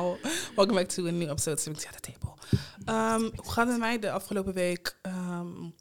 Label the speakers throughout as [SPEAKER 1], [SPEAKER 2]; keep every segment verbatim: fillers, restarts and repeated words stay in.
[SPEAKER 1] allemaal. Welcome back to a new episode of seventy at the Table. Um, hoe gaat het met mij de afgelopen week? Um,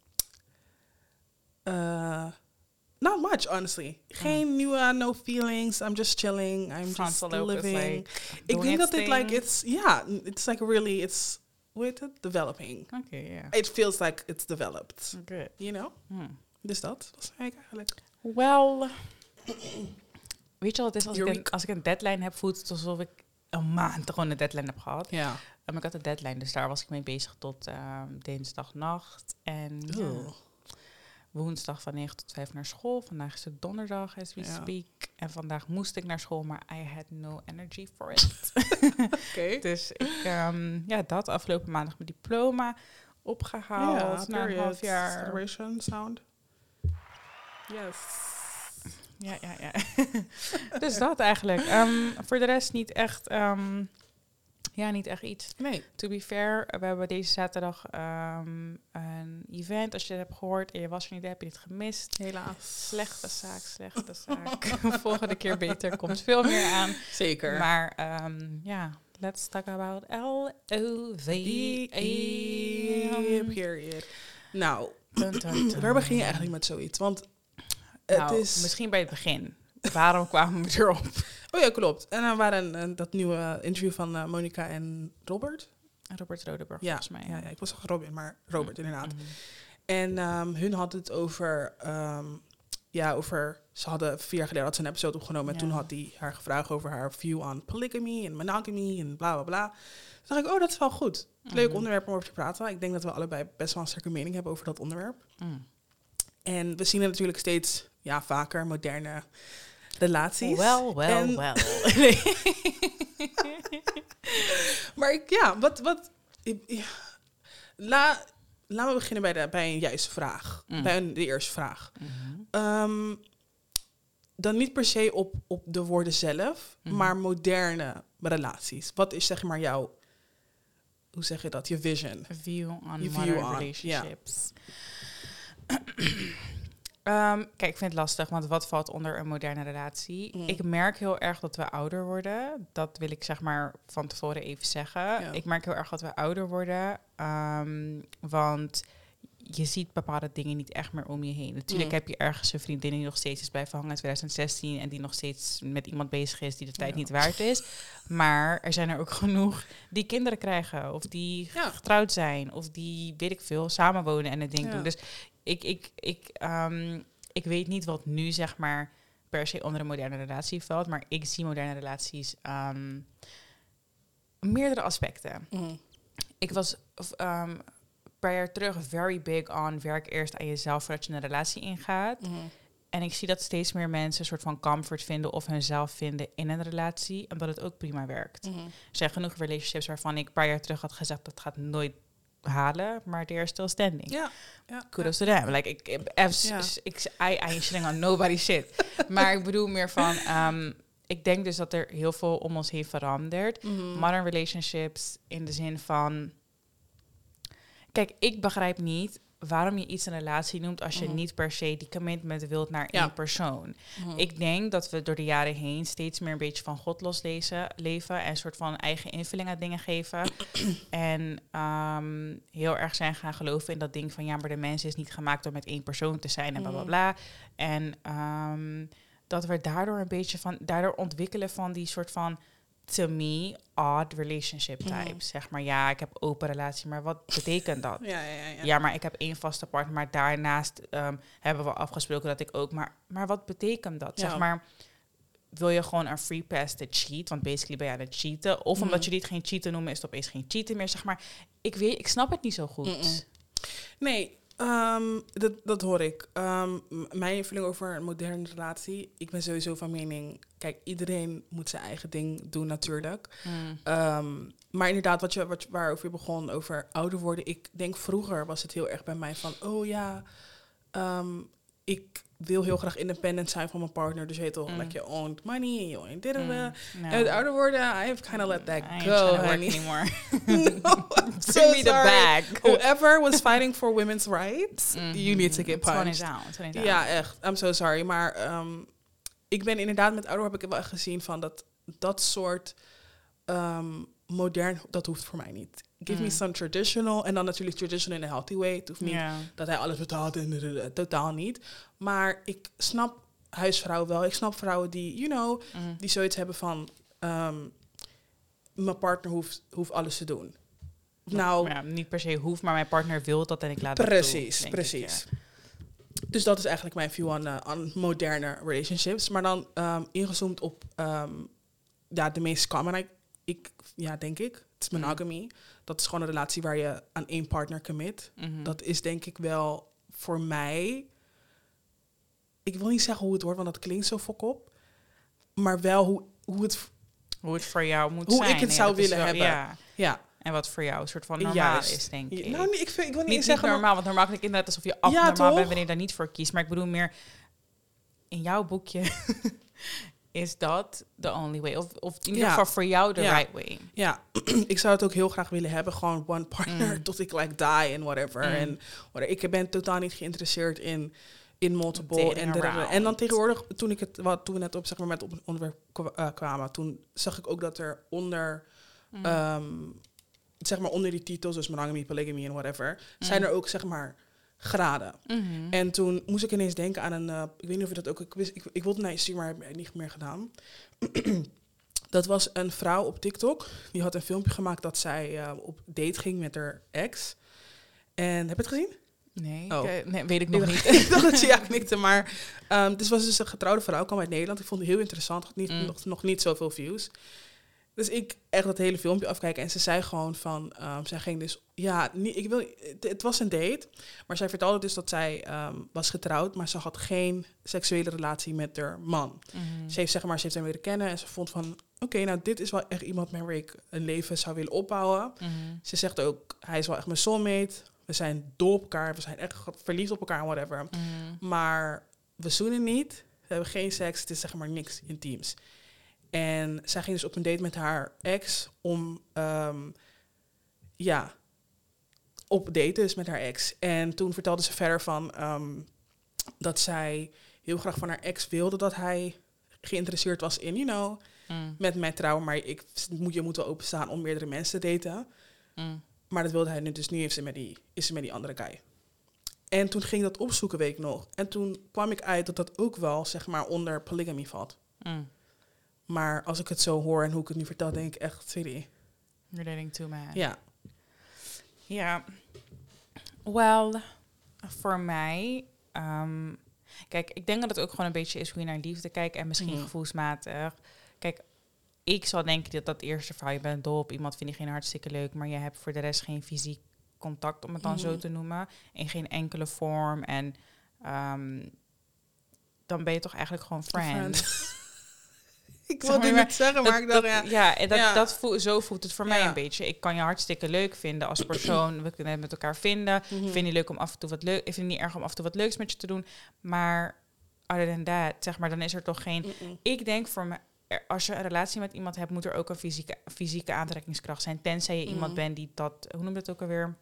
[SPEAKER 1] uh, not much, honestly. Geen mm. nieuwe, no feelings. I'm just chilling. I'm just living. Like ik denk dat dit, like, it's, yeah, it's like really, it's, hoe heet het? Developing.
[SPEAKER 2] Okay, yeah.
[SPEAKER 1] It feels like it's developed.
[SPEAKER 2] Good.
[SPEAKER 1] You know?
[SPEAKER 2] Hmm.
[SPEAKER 1] Dus dat was eigenlijk.
[SPEAKER 2] Well, weet je wat het is? Als ik, een, als ik een deadline heb, voelt het alsof ik een maand gewoon een deadline heb gehad.
[SPEAKER 1] Ja.
[SPEAKER 2] Um, ik had een deadline, dus daar was ik mee bezig tot um, dinsdagnacht. En ja, woensdag van negen tot vijf naar school. Vandaag is het donderdag, as we ja. speak. En vandaag moest ik naar school, maar I had no energy for it.
[SPEAKER 1] Okay.
[SPEAKER 2] Dus ik, um, ja, dat afgelopen maandag mijn diploma opgehaald.
[SPEAKER 1] Ja,
[SPEAKER 2] na een half jaar.
[SPEAKER 1] Celebration sound. Yes.
[SPEAKER 2] Ja, ja, ja. Dus dat eigenlijk. Um, voor de rest niet echt, um, ja, niet echt iets.
[SPEAKER 1] Nee.
[SPEAKER 2] To be fair, we hebben deze zaterdag um, een event. Als je het hebt gehoord en je was er niet, heb je het gemist.
[SPEAKER 1] Helaas.
[SPEAKER 2] Slechte zaak, slechte zaak. Volgende keer beter, komt veel meer aan.
[SPEAKER 1] Zeker.
[SPEAKER 2] Maar um, ja, let's talk about L O V E.
[SPEAKER 1] Period. Nou,
[SPEAKER 2] dun, dun, dun.
[SPEAKER 1] waar begin je eigenlijk met zoiets? Want
[SPEAKER 2] nou,
[SPEAKER 1] het is...
[SPEAKER 2] misschien bij het begin. Waarom kwamen we erop?
[SPEAKER 1] Oh ja, klopt. En dan waren uh, dat nieuwe interview van uh, Monica en Robert.
[SPEAKER 2] Robert Rodeburg,
[SPEAKER 1] ja,
[SPEAKER 2] volgens mij.
[SPEAKER 1] Ja, ja, ik was al Robin, maar Robert mm-hmm. inderdaad.
[SPEAKER 2] Mm-hmm.
[SPEAKER 1] En um, hun had het over... Um, ja, over... Ze hadden vier jaar geleden had ze een episode opgenomen. En ja. toen had hij haar gevraagd over haar view on polygamy en monogamy en bla bla bla. Toen dacht ik, oh, dat is wel goed. Leuk mm-hmm. onderwerp om over te praten. Ik denk dat we allebei best wel een sterke mening hebben over dat onderwerp.
[SPEAKER 2] Mm.
[SPEAKER 1] En we zien het natuurlijk steeds ja, vaker, moderne relaties.
[SPEAKER 2] Wel, wel,
[SPEAKER 1] en
[SPEAKER 2] wel.
[SPEAKER 1] Maar ik, ja, wat... wat ja, la, laten we beginnen bij, de, bij een juiste vraag. Mm. Bij een, de eerste vraag. Mm-hmm. Um, dan niet per se op, op de woorden zelf, mm-hmm. maar moderne relaties. Wat is zeg maar jouw... Hoe zeg je dat? Je vision.
[SPEAKER 2] A view on
[SPEAKER 1] je
[SPEAKER 2] modern
[SPEAKER 1] view on,
[SPEAKER 2] relationships. Yeah. um, kijk, ik vind het lastig, want wat valt onder een moderne relatie? Mm. Ik merk heel erg dat we ouder worden. Dat wil ik zeg maar van tevoren even zeggen. Ja. Ik merk heel erg dat we ouder worden. Um, want je ziet bepaalde dingen niet echt meer om je heen. Natuurlijk mm. heb je ergens een vriendin die nog steeds is blijven hangen in twintig zestien... en die nog steeds met iemand bezig is die de tijd ja. niet waard is. Maar er zijn er ook genoeg die kinderen krijgen... of die ja. getrouwd zijn... of die, weet ik veel, samenwonen en het ding ja. doen. Dus ik, ik, ik, um, ik weet niet wat nu, zeg maar... per se onder een moderne relatie valt... maar ik zie moderne relaties... Um, meerdere aspecten. Mm. Ik was... Um, een paar jaar terug very big on werk eerst aan jezelf voordat je een relatie ingaat. Mm-hmm. En ik zie dat steeds meer mensen een soort van comfort vinden of hunzelf vinden in een relatie, omdat het ook prima werkt. Mm-hmm. Er zijn genoeg relationships waarvan ik een paar jaar terug had gezegd dat gaat nooit halen, maar they are still standing.
[SPEAKER 1] Ja. ja
[SPEAKER 2] Kudos
[SPEAKER 1] ja.
[SPEAKER 2] to them. Like, ik, ik, ja. ik, I ain't shitting on nobody shit. Maar ik bedoel meer van, um, ik denk dus dat er heel veel om ons heen verandert. Mm-hmm. Modern relationships in de zin van... Kijk, ik begrijp niet waarom je iets een relatie noemt als je mm-hmm. niet per se die commitment wilt naar ja. één persoon. Mm-hmm. Ik denk dat we door de jaren heen steeds meer een beetje van God loslezen, leven en een soort van eigen invulling aan dingen geven. en um, heel erg zijn gaan geloven in dat ding van ja, maar de mens is niet gemaakt om met één persoon te zijn en bla bla bla. En um, dat we daardoor een beetje van, daardoor ontwikkelen van die soort van, to me, odd relationship types. Mm. Zeg maar, ja, ik heb open relatie, maar wat betekent dat?
[SPEAKER 1] ja, ja, ja.
[SPEAKER 2] ja, maar ik heb één vaste partner, maar daarnaast um, hebben we afgesproken dat ik ook... Maar, maar wat betekent dat? Ja. Zeg maar, wil je gewoon een free pass te cheat? Want basically ben je aan het cheaten. Of mm. omdat jullie het geen cheaten noemen, is het opeens geen cheaten meer. Zeg maar, ik weet, ik snap het niet zo goed.
[SPEAKER 1] Mm-mm. Nee, um, dat, dat hoor ik. Um, mijn invulling over een moderne relatie. Ik ben sowieso van mening... Kijk, iedereen moet zijn eigen ding doen natuurlijk. Mm. Um, maar inderdaad, wat je, wat, waarover je begon over ouder worden. Ik denk vroeger was het heel erg bij mij van... Oh ja, um, ik wil heel graag independent zijn van mijn partner. Dus je weet toch, mm. like you owned money en you owned dit en dat. En het ouder worden, I have kind of let that
[SPEAKER 2] I
[SPEAKER 1] go,
[SPEAKER 2] honey.
[SPEAKER 1] anymore.
[SPEAKER 2] no, so me the bag.
[SPEAKER 1] Whoever was fighting for women's rights, mm-hmm. you need to get punched.
[SPEAKER 2] twenty down.
[SPEAKER 1] Ja, echt. I'm so sorry. Maar um, ik ben inderdaad met ouder heb ik wel echt gezien van dat dat soort um, modern, dat hoeft voor mij niet. Give
[SPEAKER 2] Mm.
[SPEAKER 1] me some traditional. En dan natuurlijk traditional in a healthy way. Het hoeft niet
[SPEAKER 2] Ja.
[SPEAKER 1] dat hij alles betaalt. En, totaal niet. Maar ik snap huisvrouwen wel. Ik snap vrouwen die, you know,
[SPEAKER 2] Mm.
[SPEAKER 1] die zoiets hebben van... Um, mijn partner hoeft, hoeft alles te doen. Nou,
[SPEAKER 2] ja, niet per se hoeft, maar mijn partner wil dat en ik laat het doen.
[SPEAKER 1] Precies, precies. Ik, ja. Dus dat is eigenlijk mijn view on, uh, on moderne relationships. Maar dan um, ingezoomd op um, ja, de meest common, ik, ik, ja, denk ik, het is monogamy. Mm. Dat is gewoon een relatie waar je aan één partner commit. Mm-hmm. Dat is denk ik wel voor mij... Ik wil niet zeggen hoe het wordt, want dat klinkt zo fok op. Maar wel hoe, hoe het...
[SPEAKER 2] Hoe het voor jou moet
[SPEAKER 1] hoe
[SPEAKER 2] zijn.
[SPEAKER 1] Hoe ik het
[SPEAKER 2] ja,
[SPEAKER 1] zou willen
[SPEAKER 2] wel,
[SPEAKER 1] hebben.
[SPEAKER 2] Ja.
[SPEAKER 1] ja.
[SPEAKER 2] En wat voor jou een soort van normaal
[SPEAKER 1] Juist.
[SPEAKER 2] is, denk ik.
[SPEAKER 1] Nou, ik, vind, ik wil niet,
[SPEAKER 2] niet
[SPEAKER 1] zeggen...
[SPEAKER 2] Niet normaal, want normaal klinkt inderdaad alsof je abnormaal
[SPEAKER 1] ja,
[SPEAKER 2] bent wanneer je daar niet voor kiest. Maar ik bedoel meer, in jouw boekje is dat the only way. Of, of in ieder
[SPEAKER 1] ja.
[SPEAKER 2] geval voor jou the
[SPEAKER 1] ja.
[SPEAKER 2] right way.
[SPEAKER 1] Ja, ik zou het ook heel graag willen hebben. Gewoon one partner
[SPEAKER 2] Mm.
[SPEAKER 1] tot ik like die en whatever.
[SPEAKER 2] Mm.
[SPEAKER 1] En whatever. Ik ben totaal niet geïnteresseerd in... in multiple. En, de, en dan tegenwoordig, toen ik het wat toen we net op zeg maar met op een onderwerp uh, kwamen, toen zag ik ook dat er onder, mm. um, zeg maar onder die titels, dus monogamy, polygamy en whatever, mm. zijn er ook zeg maar graden.
[SPEAKER 2] Mm-hmm.
[SPEAKER 1] En toen moest ik ineens denken aan een, uh, ik weet niet of je dat ook, ik, wist, ik, ik wilde naar je sturen, maar heb ik niet meer gedaan. Dat was een vrouw op TikTok, die had een filmpje gemaakt dat zij uh, op date ging met haar ex. En heb je het gezien?
[SPEAKER 2] Nee,
[SPEAKER 1] oh.
[SPEAKER 2] ik, nee, weet ik nog
[SPEAKER 1] ik
[SPEAKER 2] niet.
[SPEAKER 1] Ik dacht dat je ja knikte, maar um, dit was dus een getrouwde vrouw, kwam uit Nederland. Ik vond het heel interessant, had niet, mm. nog, nog niet zoveel views. Dus ik echt dat hele filmpje afkijken en ze zei gewoon van, um, zij ging dus, ja, niet, ik wil, het, het was een date, maar zij vertelde dus dat zij um, was getrouwd, maar ze had geen seksuele relatie met haar man.
[SPEAKER 2] Mm-hmm.
[SPEAKER 1] Ze heeft zeg maar, ze heeft hem leren kennen en ze vond van, oké, okay, nou dit is wel echt iemand met wie ik een leven zou willen opbouwen.
[SPEAKER 2] Mm-hmm.
[SPEAKER 1] Ze zegt ook, hij is wel echt mijn soulmate. We zijn dol op elkaar. We zijn echt verliefd op elkaar en whatever. Mm. Maar we zoenen niet. We hebben geen seks. Het is zeg maar niks intiems. En zij ging dus op een date met haar ex om... Um, ja, op date dus met haar ex. En toen vertelde ze verder van... Um, dat zij heel graag van haar ex wilde dat hij geïnteresseerd was in, you know... Mm. met mij trouwen. Maar ik, moet, je moet wel openstaan om meerdere mensen te daten... Mm. Maar dat wilde hij nu, dus nu heeft ze met die, is ze met die andere guy. En toen ging dat opzoeken, weet ik nog. En toen kwam ik uit dat dat ook wel, zeg maar, onder polygamy valt. Mm. Maar als ik het zo hoor en hoe ik het nu vertel, denk ik echt, sorry.
[SPEAKER 2] Relating to man.
[SPEAKER 1] Ja.
[SPEAKER 2] Ja. Well, voor mij... Um, kijk, ik denk dat het ook gewoon een beetje is hoe je naar liefde kijkt. En misschien mm. gevoelsmatig. Kijk... Ik zal denken dat dat eerste verhaal, je bent dol op iemand, vind je geen hartstikke leuk, maar je hebt voor de rest geen fysiek contact, om het dan mm. zo te noemen, in geen enkele vorm. En um, dan ben je toch eigenlijk gewoon friend. friend.
[SPEAKER 1] ik wilde het niet zeggen, maar
[SPEAKER 2] dat,
[SPEAKER 1] ik dacht,
[SPEAKER 2] dat,
[SPEAKER 1] ja.
[SPEAKER 2] Ja, en dat,
[SPEAKER 1] ja.
[SPEAKER 2] dat voel, zo voelt het voor
[SPEAKER 1] ja.
[SPEAKER 2] mij een beetje. Ik kan je hartstikke leuk vinden als persoon, we kunnen het met elkaar vinden. Mm-hmm. Ik vind het leuk om af en toe wat leuk, ik vind het niet erg om af en toe wat leuks met je te doen, maar other than that, zeg maar, dan is er toch geen... Mm-mm. Ik denk voor mij, als je een relatie met iemand hebt, moet er ook een fysieke, fysieke aantrekkingskracht zijn. Tenzij je mm. iemand bent die dat... Hoe noem je dat ook alweer?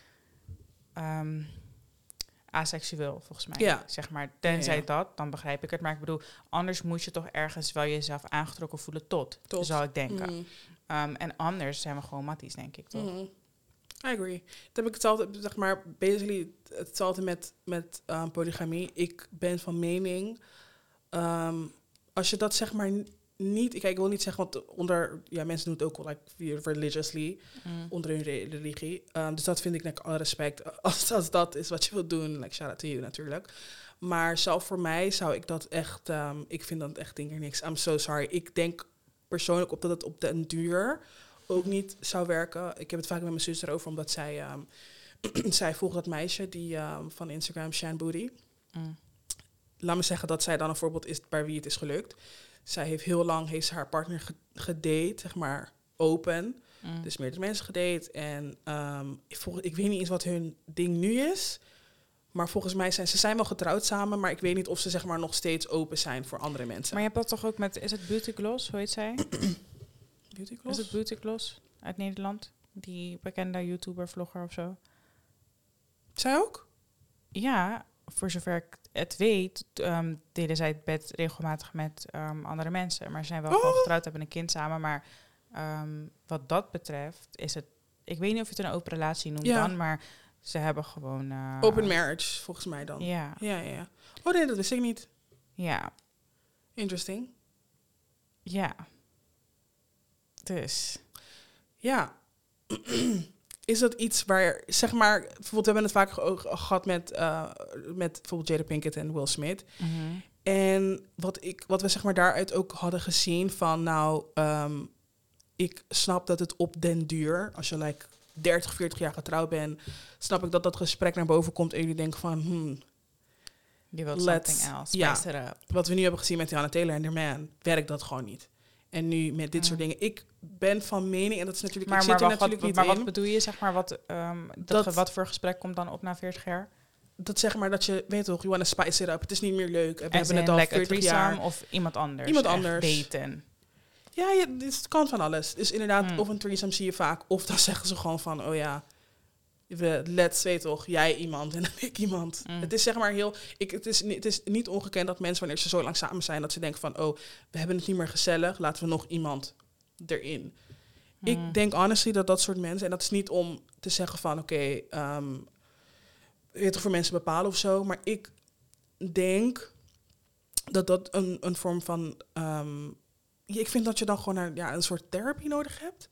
[SPEAKER 2] Um, aseksueel, volgens mij.
[SPEAKER 1] Ja.
[SPEAKER 2] Zeg maar, tenzij
[SPEAKER 1] ja, ja.
[SPEAKER 2] dat, dan begrijp ik het. Maar ik bedoel, anders moet je toch ergens wel jezelf aangetrokken voelen tot. tot. Zou ik denken. Mm. Um, en anders zijn we gewoon matties, denk ik, toch?
[SPEAKER 1] Mm. I agree. Dat heb ik het altijd, zeg maar, basically hetzelfde met, met um, polygamie. Ik ben van mening... Um, als je dat, zeg maar... Niet, kijk, ik wil niet zeggen, want onder, ja, mensen doen het ook wel, like, religiously, mm. onder hun religie. Um, dus dat vind ik, like, alle respect. Als, als dat is wat je wilt doen, like, shout out to you natuurlijk. Maar zelf voor mij zou ik dat echt, um, ik vind dat echt dingen niks. I'm so sorry. Ik denk persoonlijk op dat het op den duur ook niet zou werken. Ik heb het vaak met mijn zus erover, omdat zij, um, zij volgt dat meisje die um, van Instagram, Shan Booty. Mm. Laat me zeggen dat zij dan een voorbeeld is bij wie het is gelukt. Zij heeft heel lang heeft ze haar partner gedate, zeg maar, open. Mm. Dus meerdere mensen gedate. En um, ik, volg, ik weet niet eens wat hun ding nu is. Maar volgens mij zijn ze zijn wel getrouwd samen. Maar ik weet niet of ze, zeg maar, nog steeds open zijn voor andere mensen.
[SPEAKER 2] Maar je hebt dat toch ook met, is het Beauty Gloss, hoe heet zij?
[SPEAKER 1] Beauty Gloss?
[SPEAKER 2] Is het Beauty Gloss uit Nederland? Die bekende YouTuber, vlogger of zo?
[SPEAKER 1] Zij ook?
[SPEAKER 2] Ja, voor zover ik het weet, um, deden zij het bed regelmatig met um, andere mensen. Maar ze zijn wel oh. gewoon getrouwd, hebben een kind samen. Maar um, wat dat betreft is het... Ik weet niet of je het een open relatie noemt
[SPEAKER 1] ja.
[SPEAKER 2] dan, maar ze hebben gewoon... Uh,
[SPEAKER 1] open marriage, volgens mij dan.
[SPEAKER 2] Ja.
[SPEAKER 1] Ja, ja, ja. Oh nee, dat wist ik niet.
[SPEAKER 2] Ja.
[SPEAKER 1] Interesting.
[SPEAKER 2] Ja. Dus.
[SPEAKER 1] Ja. Is dat iets waar, zeg maar, bijvoorbeeld, we hebben het vaak ge- gehad met, uh, met bijvoorbeeld Jada Pinkett en Will Smith.
[SPEAKER 2] Mm-hmm.
[SPEAKER 1] En wat, ik, wat we zeg maar daaruit ook hadden gezien van, nou, um, ik snap dat het op den duur, als je like dertig, veertig jaar getrouwd bent, snap ik dat dat gesprek naar boven komt en jullie denken van, hmm,
[SPEAKER 2] je wilt something else,
[SPEAKER 1] ja,
[SPEAKER 2] spice it up.
[SPEAKER 1] Wat we nu hebben gezien met Tiana Taylor en haar man, werkt dat gewoon niet. En nu met dit mm. soort dingen. Ik ben van mening, en dat is natuurlijk...
[SPEAKER 2] Maar,
[SPEAKER 1] ik
[SPEAKER 2] maar,
[SPEAKER 1] zit er
[SPEAKER 2] wat,
[SPEAKER 1] natuurlijk
[SPEAKER 2] wat,
[SPEAKER 1] niet
[SPEAKER 2] maar
[SPEAKER 1] in.
[SPEAKER 2] wat bedoel je, zeg maar, wat, um, dat dat, ge, wat voor gesprek komt dan op na veertig jaar?
[SPEAKER 1] Dat zeg maar dat je, weet toch, you wanna spice it up. Het is niet meer leuk. We
[SPEAKER 2] en
[SPEAKER 1] hebben het al
[SPEAKER 2] like
[SPEAKER 1] veertig jaar.
[SPEAKER 2] Of iemand anders.
[SPEAKER 1] Iemand anders.
[SPEAKER 2] Daten.
[SPEAKER 1] Ja, ja, het kan van alles. Dus inderdaad, mm. of een threesome zie je vaak. Of dan zeggen ze gewoon van, oh ja, we, let's, weet toch, jij iemand en dan ik iemand. Mm. Het is zeg maar heel... Ik, het, is, het is niet ongekend dat mensen, wanneer ze zo lang samen zijn, dat ze denken van, oh, we hebben het niet meer gezellig, laten we nog iemand erin. Mm. Ik denk honestly dat dat soort mensen, en dat is niet om te zeggen van, oké, okay, um, weet toch, voor mensen bepalen of zo, maar ik denk dat dat een, een vorm van... Um, ja, ik vind dat je dan gewoon naar, ja, een soort therapie nodig hebt.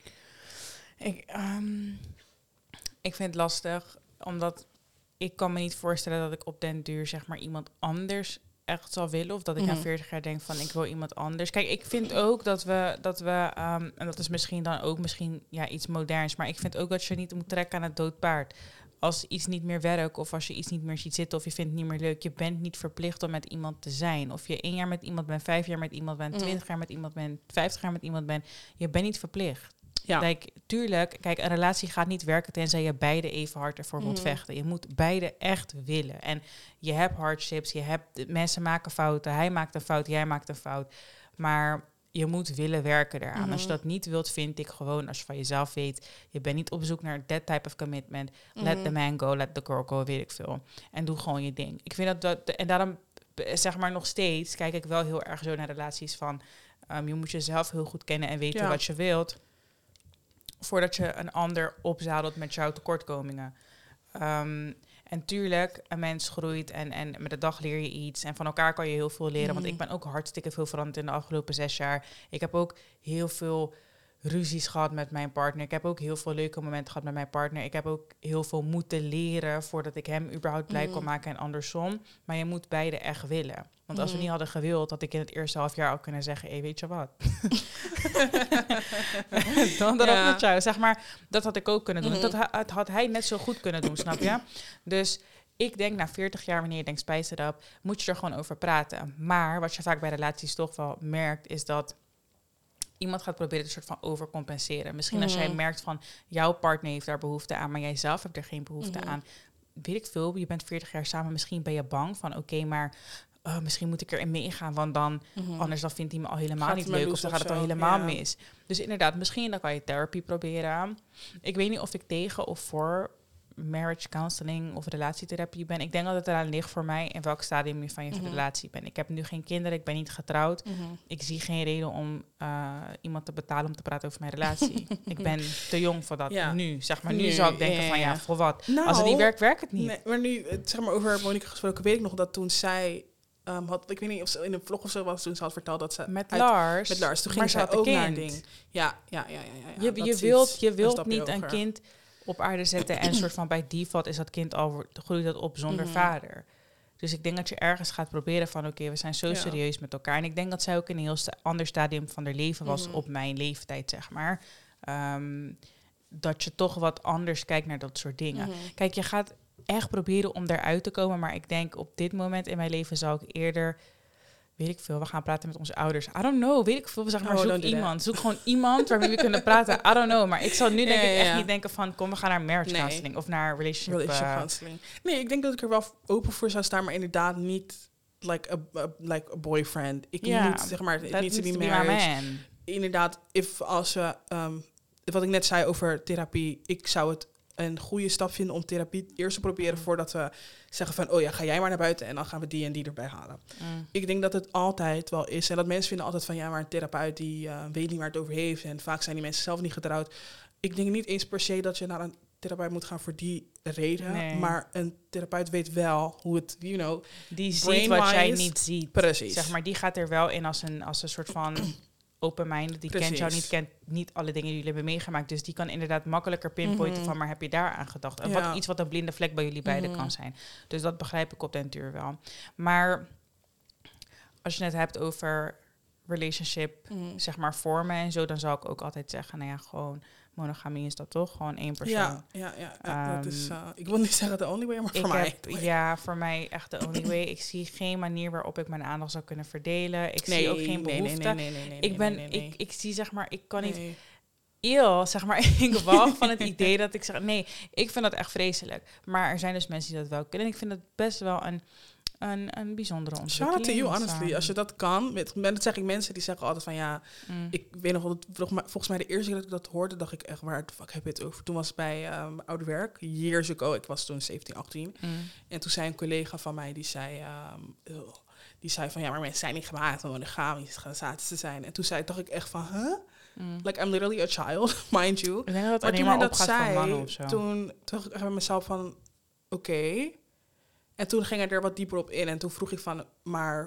[SPEAKER 2] Ik, um, ik vind het lastig, omdat ik kan me niet voorstellen dat ik op den duur zeg maar iemand anders echt zal willen. Of dat ik mm-hmm. na veertig jaar denk van ik wil iemand anders. Kijk, ik vind ook dat we, dat we um, en dat is misschien dan ook misschien ja, iets moderns, maar ik vind ook dat je niet moet trekken aan het dood paard. Als iets niet meer werkt of als je iets niet meer ziet zitten of je vindt het niet meer leuk, je bent niet verplicht om met iemand te zijn. Of je één jaar met iemand bent, vijf jaar met iemand bent, twintig mm. jaar met iemand bent, vijftig jaar met iemand bent. Je bent niet verplicht. Ja. Like, tuurlijk, kijk, een relatie gaat niet werken tenzij je beide even hard ervoor mm. moet vechten. Je moet beide echt willen. En je hebt hardships, je hebt, mensen maken fouten, hij maakt een fout, jij maakt een fout. Maar je moet willen werken eraan. Mm-hmm. Als je dat niet wilt, vind ik gewoon, als je van jezelf weet, je bent niet op zoek naar that type of commitment. Mm-hmm. Let the man go, let the girl go, weet ik veel. En doe gewoon je ding. Ik vind dat, dat en daarom, zeg maar nog steeds, kijk ik wel heel erg zo naar relaties van, um, je moet jezelf heel goed kennen en weten ja. wat je wilt, voordat je een ander opzadelt met jouw tekortkomingen. Um, En tuurlijk, een mens groeit en, en met de dag leer je iets. En van elkaar kan je heel veel leren. Mm. Want ik ben ook hartstikke veel veranderd in de afgelopen zes jaar. Ik heb ook heel veel ruzies gehad met mijn partner. Ik heb ook heel veel leuke momenten gehad met mijn partner. Ik heb ook heel veel moeten leren voordat ik hem überhaupt blij mm. kon maken en andersom. Maar je moet beide echt willen. Want als mm. we niet hadden gewild, had ik in het eerste half jaar ook kunnen zeggen, hé, hey, weet je wat? Dan erop ja. met jou. Zeg maar, dat had ik ook kunnen doen. Mm-hmm. Dat ha- had hij net zo goed kunnen doen, snap je? Dus ik denk, na veertig jaar, wanneer je denkt, spice it up, moet je er gewoon over praten. Maar wat je vaak bij relaties toch wel merkt, is dat iemand gaat proberen een soort van overcompenseren. Misschien mm-hmm. als jij merkt van, jouw partner heeft daar behoefte aan, maar jij zelf hebt er geen behoefte mm-hmm. aan. Weet ik veel, je bent veertig jaar samen, misschien ben je bang van, oké, okay, maar Uh, misschien moet ik erin meegaan, want dan mm-hmm. anders dan vindt hij me al helemaal gaat niet leuk of dan gaat het al helemaal ja. mis. Dus inderdaad, misschien dan kan je therapie proberen. Ik weet niet of ik tegen of voor marriage counseling of relatietherapie ben. Ik denk dat het eraan ligt voor mij in welk stadium je van je mm-hmm. relatie bent. Ik heb nu geen kinderen, ik ben niet getrouwd. Mm-hmm. Ik zie geen reden om uh, iemand te betalen om te praten over mijn relatie. Ik ben te jong voor dat ja. nu. Zeg maar, nu, nu zou ik denken ja, ja, ja. van ja, voor wat? Nou, als het niet werkt, werkt het niet. Nee,
[SPEAKER 1] maar nu, zeg maar over Monica gesproken, weet ik nog dat toen zij Um, had, ik weet niet of ze in een vlog of zo was, toen ze had verteld dat ze
[SPEAKER 2] met
[SPEAKER 1] uit,
[SPEAKER 2] Lars,
[SPEAKER 1] met Lars, toen ging ze ook naar een ding. Ja, ja, ja, ja, ja.
[SPEAKER 2] Je, je wilt, je wilt niet een kind op aarde zetten en soort van bij default is dat kind al groeit dat op zonder mm-hmm. vader. Dus ik denk dat je ergens gaat proberen van, oké, okay, we zijn zo ja. serieus met elkaar. En ik denk dat zij ook in een heel sta- ander stadium van haar leven was mm-hmm. op mijn leeftijd, zeg maar. Um, dat je toch wat anders kijkt naar dat soort dingen. Mm-hmm. Kijk, je gaat echt proberen om daaruit te komen. Maar ik denk op dit moment in mijn leven zou ik eerder, weet ik veel, we gaan praten met onze ouders. I don't know, weet ik veel. Zeg maar, oh, zoek iemand. Zoek gewoon iemand waarmee we kunnen praten. I don't know. Maar ik zal nu denk ja, ik echt ja. niet denken van, kom, we gaan naar marriage nee. counseling of naar relationship,
[SPEAKER 1] relationship uh, counseling. Nee, ik denk dat ik er wel open voor zou staan, maar inderdaad niet like a, a, like a boyfriend. Ik yeah, niet, zeg maar, it needs to be marriage. Inderdaad, if als we, um, wat ik net zei over therapie, ik zou het een goede stap vinden om therapie eerst te proberen voordat we zeggen van, oh ja, ga jij maar naar buiten en dan gaan we die en die erbij halen. Mm. Ik denk dat het altijd wel is en dat mensen vinden altijd van, ja, maar een therapeut die uh, weet niet waar het over heeft en vaak zijn die mensen zelf niet getrouwd. Ik denk niet eens per se dat je naar een therapeut moet gaan voor die reden, nee. maar een therapeut weet wel hoe het, you know,
[SPEAKER 2] die ziet wat jij niet ziet.
[SPEAKER 1] Precies.
[SPEAKER 2] Zeg maar, die gaat er wel in als een, als een soort van open mind. Die Precies. kent jou niet, kent niet alle dingen die jullie hebben meegemaakt. Dus die kan inderdaad makkelijker pinpointen mm-hmm. van, maar heb je daar aan gedacht? En ja. wat, iets wat een blinde vlek bij jullie mm-hmm. beiden kan zijn. Dus dat begrijp ik op den duur wel. Maar als je het hebt over relationship, mm. zeg maar, vormen en zo, dan zou ik ook altijd zeggen, nou ja, gewoon monogamie is dat toch? Gewoon één persoon.
[SPEAKER 1] Ja, ja, ja, ja um, dat is, uh, ik wil niet zeggen de only way, maar voor mij.
[SPEAKER 2] Heb, ja, voor mij echt de only way. Ik zie geen manier waarop ik mijn aandacht zou kunnen verdelen. Ik
[SPEAKER 1] nee,
[SPEAKER 2] zie ook geen behoefte.
[SPEAKER 1] Nee, nee, nee, nee, nee,
[SPEAKER 2] ik ben,
[SPEAKER 1] nee, nee, nee.
[SPEAKER 2] Ik, ik zie zeg maar, ik kan
[SPEAKER 1] nee.
[SPEAKER 2] niet... Eeuw, zeg maar, ik wacht van het idee dat ik zeg... Nee, ik vind dat echt vreselijk. Maar er zijn dus mensen die dat wel kunnen. En ik vind het best wel een... Een, een bijzondere ontwikkeling.
[SPEAKER 1] Shout out to you, honestly. Als je dat kan. Met, met, dat zeg ik mensen die zeggen altijd van ja... Mm. Ik weet nog wel, volgens mij de eerste keer dat ik dat hoorde... dacht ik echt, waar de fuck heb je het over? Toen was het bij um, oude werk. Years ago. Ik was toen zeventien, achttien. Mm. En toen zei een collega van mij, die zei... Um, uh, die zei van ja, maar mensen zijn niet gemaakt om monogamisch te zijn. En toen zei, dacht ik echt van, huh? Mm. Like, I'm literally a child, mind you.
[SPEAKER 2] Ik denk dat het maar alleen maar opgaat van mannen of zo.
[SPEAKER 1] Toen dacht ik echt bij mezelf van... Oké... Okay. En toen ging ik er wat dieper op in. En toen vroeg ik van, maar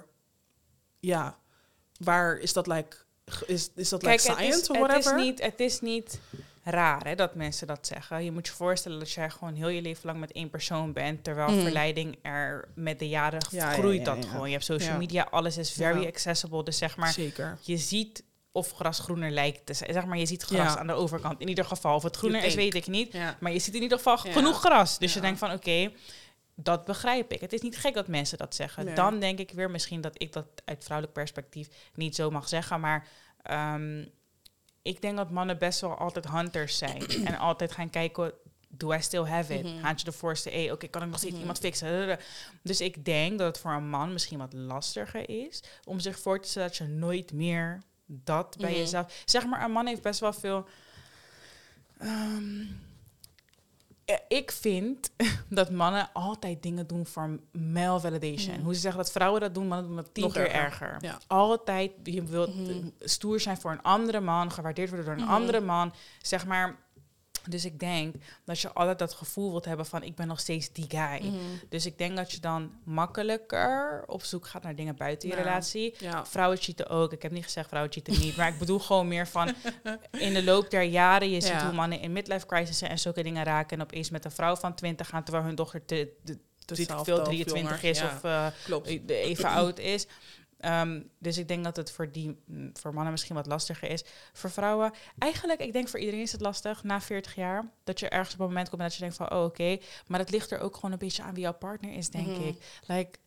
[SPEAKER 1] ja, waar is dat like, is, is dat
[SPEAKER 2] Kijk,
[SPEAKER 1] like science
[SPEAKER 2] is,
[SPEAKER 1] of whatever?
[SPEAKER 2] Het is niet, het is niet raar hè, dat mensen dat zeggen. Je moet je voorstellen dat jij gewoon heel je leven lang met één persoon bent. Terwijl mm. verleiding er met de jaren ja, groeit ja, ja, ja, dat ja. gewoon. Je hebt social ja. media, alles is very ja. accessible. Dus zeg maar,
[SPEAKER 1] Zeker.
[SPEAKER 2] Je ziet of gras groener lijkt te zijn. Zeg maar, je ziet gras ja. aan de overkant. In ieder geval, of het groener is, weet ik niet. Ja. Maar je ziet in ieder geval ja. genoeg gras. Dus ja. je denkt van, oké... Okay, dat begrijp ik. Het is niet gek dat mensen dat zeggen. Nee. Dan denk ik weer misschien dat ik dat uit vrouwelijk perspectief niet zo mag zeggen. Maar um, ik denk dat mannen best wel altijd hunters zijn. En altijd gaan kijken, do I still have it? Mm-hmm. Haantje de voorste, oké, okay, kan ik nog steeds mm-hmm. iemand fixen? Dus ik denk dat het voor een man misschien wat lastiger is... om zich voor te stellen dat je nooit meer dat bij mm-hmm. jezelf... Zeg maar, een man heeft best wel veel... Um, Ik vind dat mannen altijd dingen doen voor male validation. Mm. Hoe ze zeggen dat vrouwen dat doen, mannen doen dat tien Nog keer erger. erger. Ja. Altijd, je wilt mm. stoer zijn voor een andere man, gewaardeerd worden door een mm. andere man. Zeg maar, dus ik denk dat je altijd dat gevoel wilt hebben van, ik ben nog steeds die guy. Mm. Dus ik denk dat je dan makkelijker op zoek gaat naar dingen buiten je ja. relatie. Ja. Vrouwen cheaten ook. Ik heb niet gezegd vrouwen cheaten niet. Maar ik bedoel gewoon meer van, in de loop der jaren, je ziet ja. hoe mannen in midlife crisis en zulke dingen raken. En opeens met een vrouw van twintig gaan, terwijl hun dochter te, te, te veel drieëntwintig is ja. of uh, even oud is. Um, dus ik denk dat het voor, die, voor mannen misschien wat lastiger is. Voor vrouwen, eigenlijk, ik denk voor iedereen is het lastig. Na veertig jaar, dat je ergens op een moment komt en dat je denkt van, oh oké. Okay. Maar het ligt er ook gewoon een beetje aan wie jouw partner is, denk mm-hmm. ik. Like,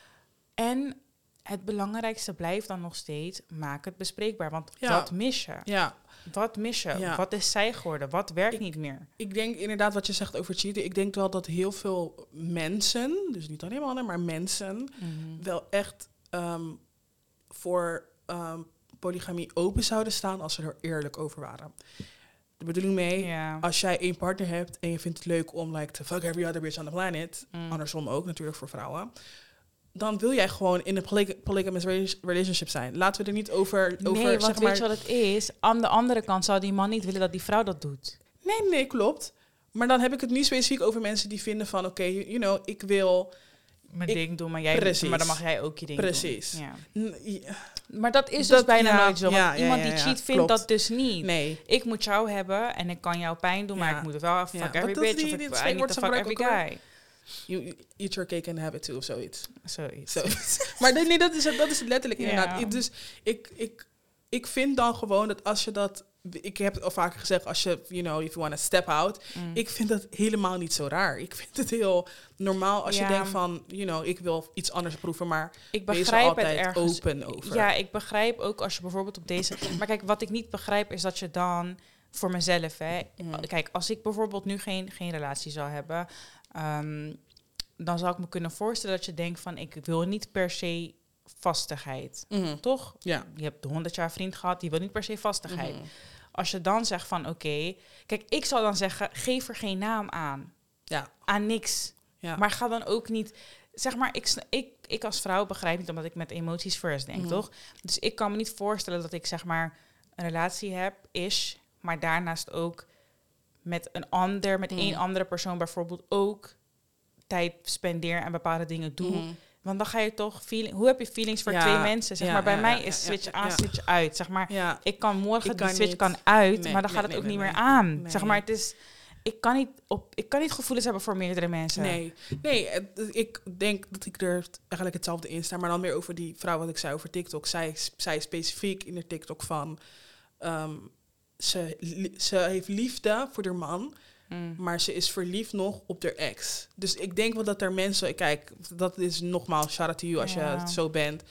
[SPEAKER 2] en het belangrijkste blijft dan nog steeds, maak het bespreekbaar. Want ja. wat mis je?
[SPEAKER 1] Ja.
[SPEAKER 2] Wat mis je? Ja. Wat is zij geworden? Wat werkt
[SPEAKER 1] ik,
[SPEAKER 2] niet meer?
[SPEAKER 1] Ik denk inderdaad wat je zegt over cheaten. Ik denk wel dat heel veel mensen, dus niet alleen mannen, maar mensen, mm-hmm. wel echt... Um, voor um, polygamie open zouden staan als ze er eerlijk over waren. De bedoeling mee, yeah. als jij één partner hebt en je vindt het leuk om like to fuck every other bitch on the planet, mm. andersom ook natuurlijk voor vrouwen, dan wil jij gewoon in een poly- polygamous relationship zijn. Laten we er niet over...
[SPEAKER 2] Nee,
[SPEAKER 1] over,
[SPEAKER 2] want
[SPEAKER 1] zeg
[SPEAKER 2] weet
[SPEAKER 1] maar,
[SPEAKER 2] je wat het is? Aan de andere kant zou die man niet willen dat die vrouw dat doet.
[SPEAKER 1] Nee, nee, klopt. Maar dan heb ik het niet specifiek over mensen die vinden van, oké, okay, you, you know, ik wil...
[SPEAKER 2] mijn ik, ding doen, maar jij precies. Maar dan mag jij ook je ding
[SPEAKER 1] precies.
[SPEAKER 2] doen. Ja.
[SPEAKER 1] N- ja.
[SPEAKER 2] Maar dat is dat, dus bijna ja, nooit zo. Want ja, iemand ja, ja, die cheat ja, vindt klopt. Dat dus niet.
[SPEAKER 1] Nee.
[SPEAKER 2] Ik moet jou hebben en ik kan jou pijn doen, ja. maar ik moet wel fuck ja. every bitch die, of ik I need to fuck every guy.
[SPEAKER 1] You, you eat your cake and have it too, of zoiets.
[SPEAKER 2] Zoiets.
[SPEAKER 1] zoiets. Maar nee, dat is het, dat is het letterlijk ja. inderdaad. Ik, dus ik, ik, ik vind dan gewoon dat als je dat... Ik heb het al vaker gezegd, als je, you know, if you want to step out. Mm. Ik vind dat helemaal niet zo raar. Ik vind het heel normaal als ja. je denkt van, you know, ik wil iets anders proeven, maar
[SPEAKER 2] ik begrijp wees er
[SPEAKER 1] altijd
[SPEAKER 2] het ergens,
[SPEAKER 1] open over.
[SPEAKER 2] Ja, ik begrijp ook als je bijvoorbeeld op deze... Maar kijk, wat ik niet begrijp is dat je dan, voor mezelf, hè. Mm. Kijk, als ik bijvoorbeeld nu geen, geen relatie zou hebben, um, dan zou ik me kunnen voorstellen dat je denkt van, ik wil niet per se vastigheid. Mm. Toch?
[SPEAKER 1] Ja.
[SPEAKER 2] Je hebt honderd jaar vriend gehad, die wil niet per se vastigheid. Mm. als je dan zegt van, oké... Okay, kijk, ik zou dan zeggen, geef er geen naam aan.
[SPEAKER 1] Ja.
[SPEAKER 2] Aan niks.
[SPEAKER 1] Ja.
[SPEAKER 2] Maar ga dan ook niet... Zeg maar, ik, ik, ik als vrouw begrijp niet, omdat ik met emoties first denk, mm. toch? Dus ik kan me niet voorstellen dat ik, zeg maar, een relatie heb, is... maar daarnaast ook met een ander, met mm. één andere persoon bijvoorbeeld ook tijd spendeer en bepaalde dingen doe. Mm. Want dan ga je toch... Feeling, hoe heb je feelings voor ja. twee mensen? Zeg ja, maar, bij ja, mij ja, is switch ja, aan, ja. switch uit. Zeg maar, ja. ik kan morgen, ik kan die switch niet. kan uit, nee, maar dan nee, gaat het nee, ook nee, niet nee. meer aan. Nee. Zeg maar, het is... Ik kan, niet op, ik kan niet gevoelens hebben voor meerdere mensen.
[SPEAKER 1] Nee, nee, ik denk dat ik er eigenlijk hetzelfde in sta. Maar dan meer over die vrouw wat ik zei over TikTok. Zij, zij specifiek in de TikTok van... Um, ze, ze heeft liefde voor haar man... Mm. maar ze is verliefd nog op haar ex. Dus ik denk wel dat er mensen... Kijk, dat is nogmaals shout out to you als ja. je het zo bent.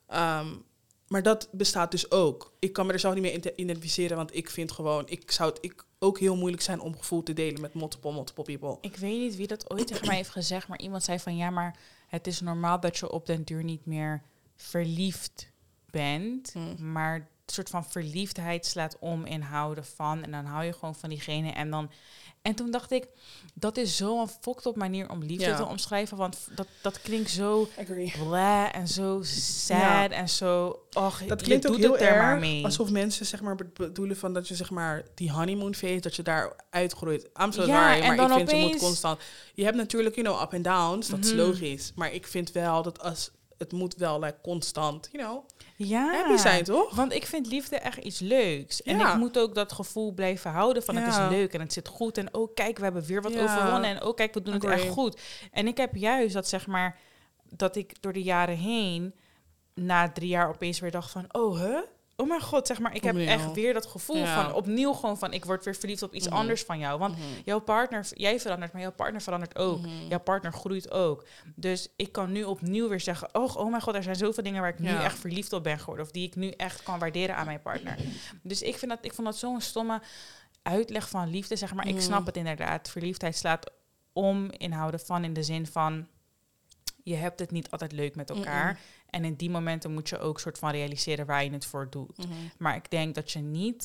[SPEAKER 1] Um, maar dat bestaat dus ook. Ik kan me er zelf niet mee identificeren... want ik vind gewoon... Ik zou het ik ook heel moeilijk zijn om gevoel te delen... met multiple, multiple people.
[SPEAKER 2] Ik weet niet wie dat ooit tegen mij heeft gezegd... maar iemand zei van... ja, maar het is normaal dat je op den duur niet meer verliefd bent... Mm. maar... een soort van verliefdheid slaat om in houden van... en dan hou je gewoon van diegene en dan... En toen dacht ik, dat is zo'n fucked up manier om liefde ja. te omschrijven... want dat, dat klinkt zo blah en zo sad ja. en zo... Och,
[SPEAKER 1] dat klinkt ook heel erg mee. Alsof mensen zeg maar bedoelen van dat je zeg maar die honeymoon phase... dat je daar uitgroeit. I'm so
[SPEAKER 2] ja,
[SPEAKER 1] sorry, maar ik vind
[SPEAKER 2] opeens...
[SPEAKER 1] je moet constant... Je hebt natuurlijk, you know, up en downs, dat mm-hmm. is logisch. Maar ik vind wel dat als... Het moet wel like, constant, you know,
[SPEAKER 2] ja,
[SPEAKER 1] happy zijn, toch?
[SPEAKER 2] Want ik vind liefde echt iets leuks. En ja. ik moet ook dat gevoel blijven houden van ja. het is leuk en het zit goed. En oh, kijk, we hebben weer wat ja. overwonnen. En oh, kijk, we doen Agree. het echt goed. En ik heb juist dat, zeg maar, dat ik door de jaren heen... na drie jaar opeens weer dacht van, oh, huh? Oh mijn god, zeg maar, ik heb opnieuw. echt weer dat gevoel ja. van opnieuw gewoon van... ik word weer verliefd op iets mm-hmm. anders van jou. Want mm-hmm. jouw partner, jij verandert, maar jouw partner verandert ook. Mm-hmm. Jouw partner groeit ook. Dus ik kan nu opnieuw weer zeggen... oh, oh mijn god, er zijn zoveel dingen waar ik ja. nu echt verliefd op ben geworden... of die ik nu echt kan waarderen aan mijn partner. Dus ik, vind dat, ik vond dat zo'n stomme uitleg van liefde, zeg maar. Mm. Ik snap het inderdaad. Verliefdheid slaat om inhouden van in de zin van... je hebt het niet altijd leuk met elkaar... Mm-mm. En in die momenten moet je ook soort van realiseren waar je het voor doet. Mm-hmm. Maar ik denk dat je niet...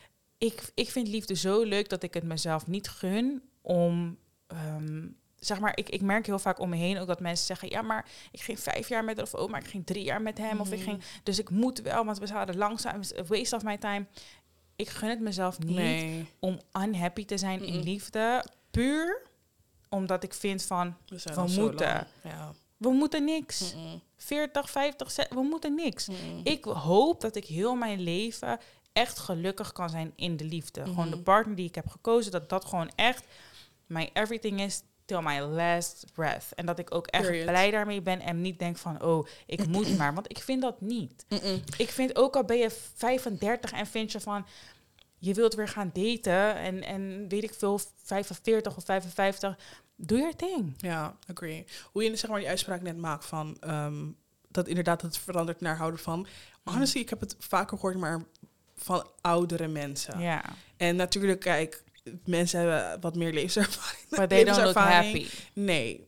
[SPEAKER 2] Ik, ik vind liefde zo leuk dat ik het mezelf niet gun om... Um, zeg maar, ik, ik merk heel vaak om me heen ook dat mensen zeggen... ja, maar ik ging vijf jaar met hem of oh, maar ik ging drie jaar met hem. Mm-hmm. Of ik ging, dus ik moet wel, want we zouden langzaam... waste of my time. Ik gun het mezelf niet nee. om unhappy te zijn mm-hmm. in liefde. Puur omdat ik vind van, we, we moeten... Ja. We moeten niks. Mm-mm. veertig, vijftig, zestig, we moeten niks. Mm-mm. Ik hoop dat ik heel mijn leven echt gelukkig kan zijn in de liefde. Mm-hmm. Gewoon de partner die ik heb gekozen, dat dat gewoon echt my everything is till my last breath. En dat ik ook echt Period. blij daarmee ben en niet denk van, oh, ik moet maar. Want ik vind dat niet. Mm-mm. Ik vind ook al ben je vijfendertig en vind je van... je wilt weer gaan daten en, en weet ik veel, vijfenveertig of vijfenvijftig... doe je ding.
[SPEAKER 1] Ja, agree. Hoe je zeg maar die uitspraak net maakt van... Um, dat inderdaad het verandert naar houden van... Honestly, mm. ik heb het vaker gehoord, maar van oudere mensen.
[SPEAKER 2] Ja.
[SPEAKER 1] En natuurlijk, kijk, mensen hebben wat meer levenservaring.
[SPEAKER 2] But they don't look happy.
[SPEAKER 1] Nee.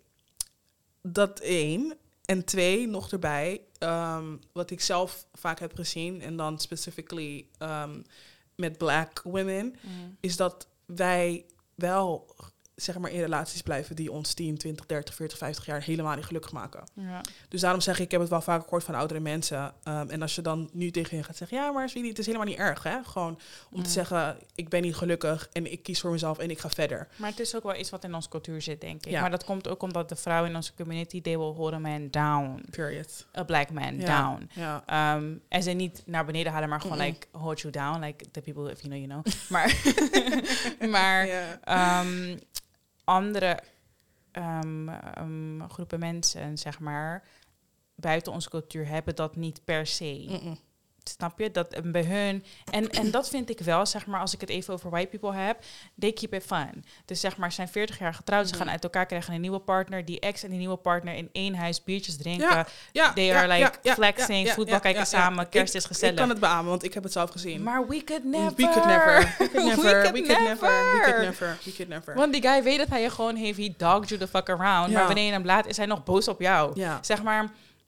[SPEAKER 1] Dat één. En twee, nog erbij, um, wat ik zelf vaak heb gezien... en dan specifically um, met black women... Mm. is dat wij wel... zeg maar in relaties blijven die ons tien, twintig, dertig, veertig, vijftig jaar helemaal niet gelukkig maken. Ja. Dus daarom zeg ik, ik heb het wel vaak gehoord van oudere mensen. Um, en als je dan nu tegen je gaat zeggen, ja, maar sweetie, het is helemaal niet erg, hè? Gewoon om mm. te zeggen, ik ben niet gelukkig en ik kies voor mezelf en ik ga verder.
[SPEAKER 2] Maar het is ook wel iets wat in onze cultuur zit, denk ik. Ja. Maar dat komt ook omdat de vrouw in onze community, they will hold a man down.
[SPEAKER 1] Period.
[SPEAKER 2] A black man ja. down. Ja. Um, en ze niet naar beneden halen, maar gewoon, Mm-mm. like, hold you down. Like, the people, if you know, you know. maar, maar, yeah. um, andere um, um, groepen mensen, zeg maar, buiten onze cultuur hebben dat niet per se. Mm-mm. Snap je? Dat um, bij hun... En, en dat vind ik wel, zeg maar, als ik het even over white people heb, they keep it fun. Dus zeg maar, ze zijn veertig jaar getrouwd, mm-hmm. ze gaan uit elkaar, krijgen een nieuwe partner, die ex en die nieuwe partner in één huis biertjes drinken. Ja, ja, they are ja, like ja, flexing, ja, voetbal ja, kijken ja, ja, samen, ja. kerst
[SPEAKER 1] ik,
[SPEAKER 2] is gezellig.
[SPEAKER 1] Ik kan het beamen, want ik heb het zelf gezien.
[SPEAKER 2] Maar we could never.
[SPEAKER 1] We could never. We could never.
[SPEAKER 2] we could
[SPEAKER 1] we could
[SPEAKER 2] never.
[SPEAKER 1] never. We could never. We could never.
[SPEAKER 2] Want die guy weet dat hij je gewoon heeft, he dogged you the fuck around. Ja. Maar wanneer je hem laat, is hij nog boos op jou.
[SPEAKER 1] Ja.
[SPEAKER 2] Zeg maar...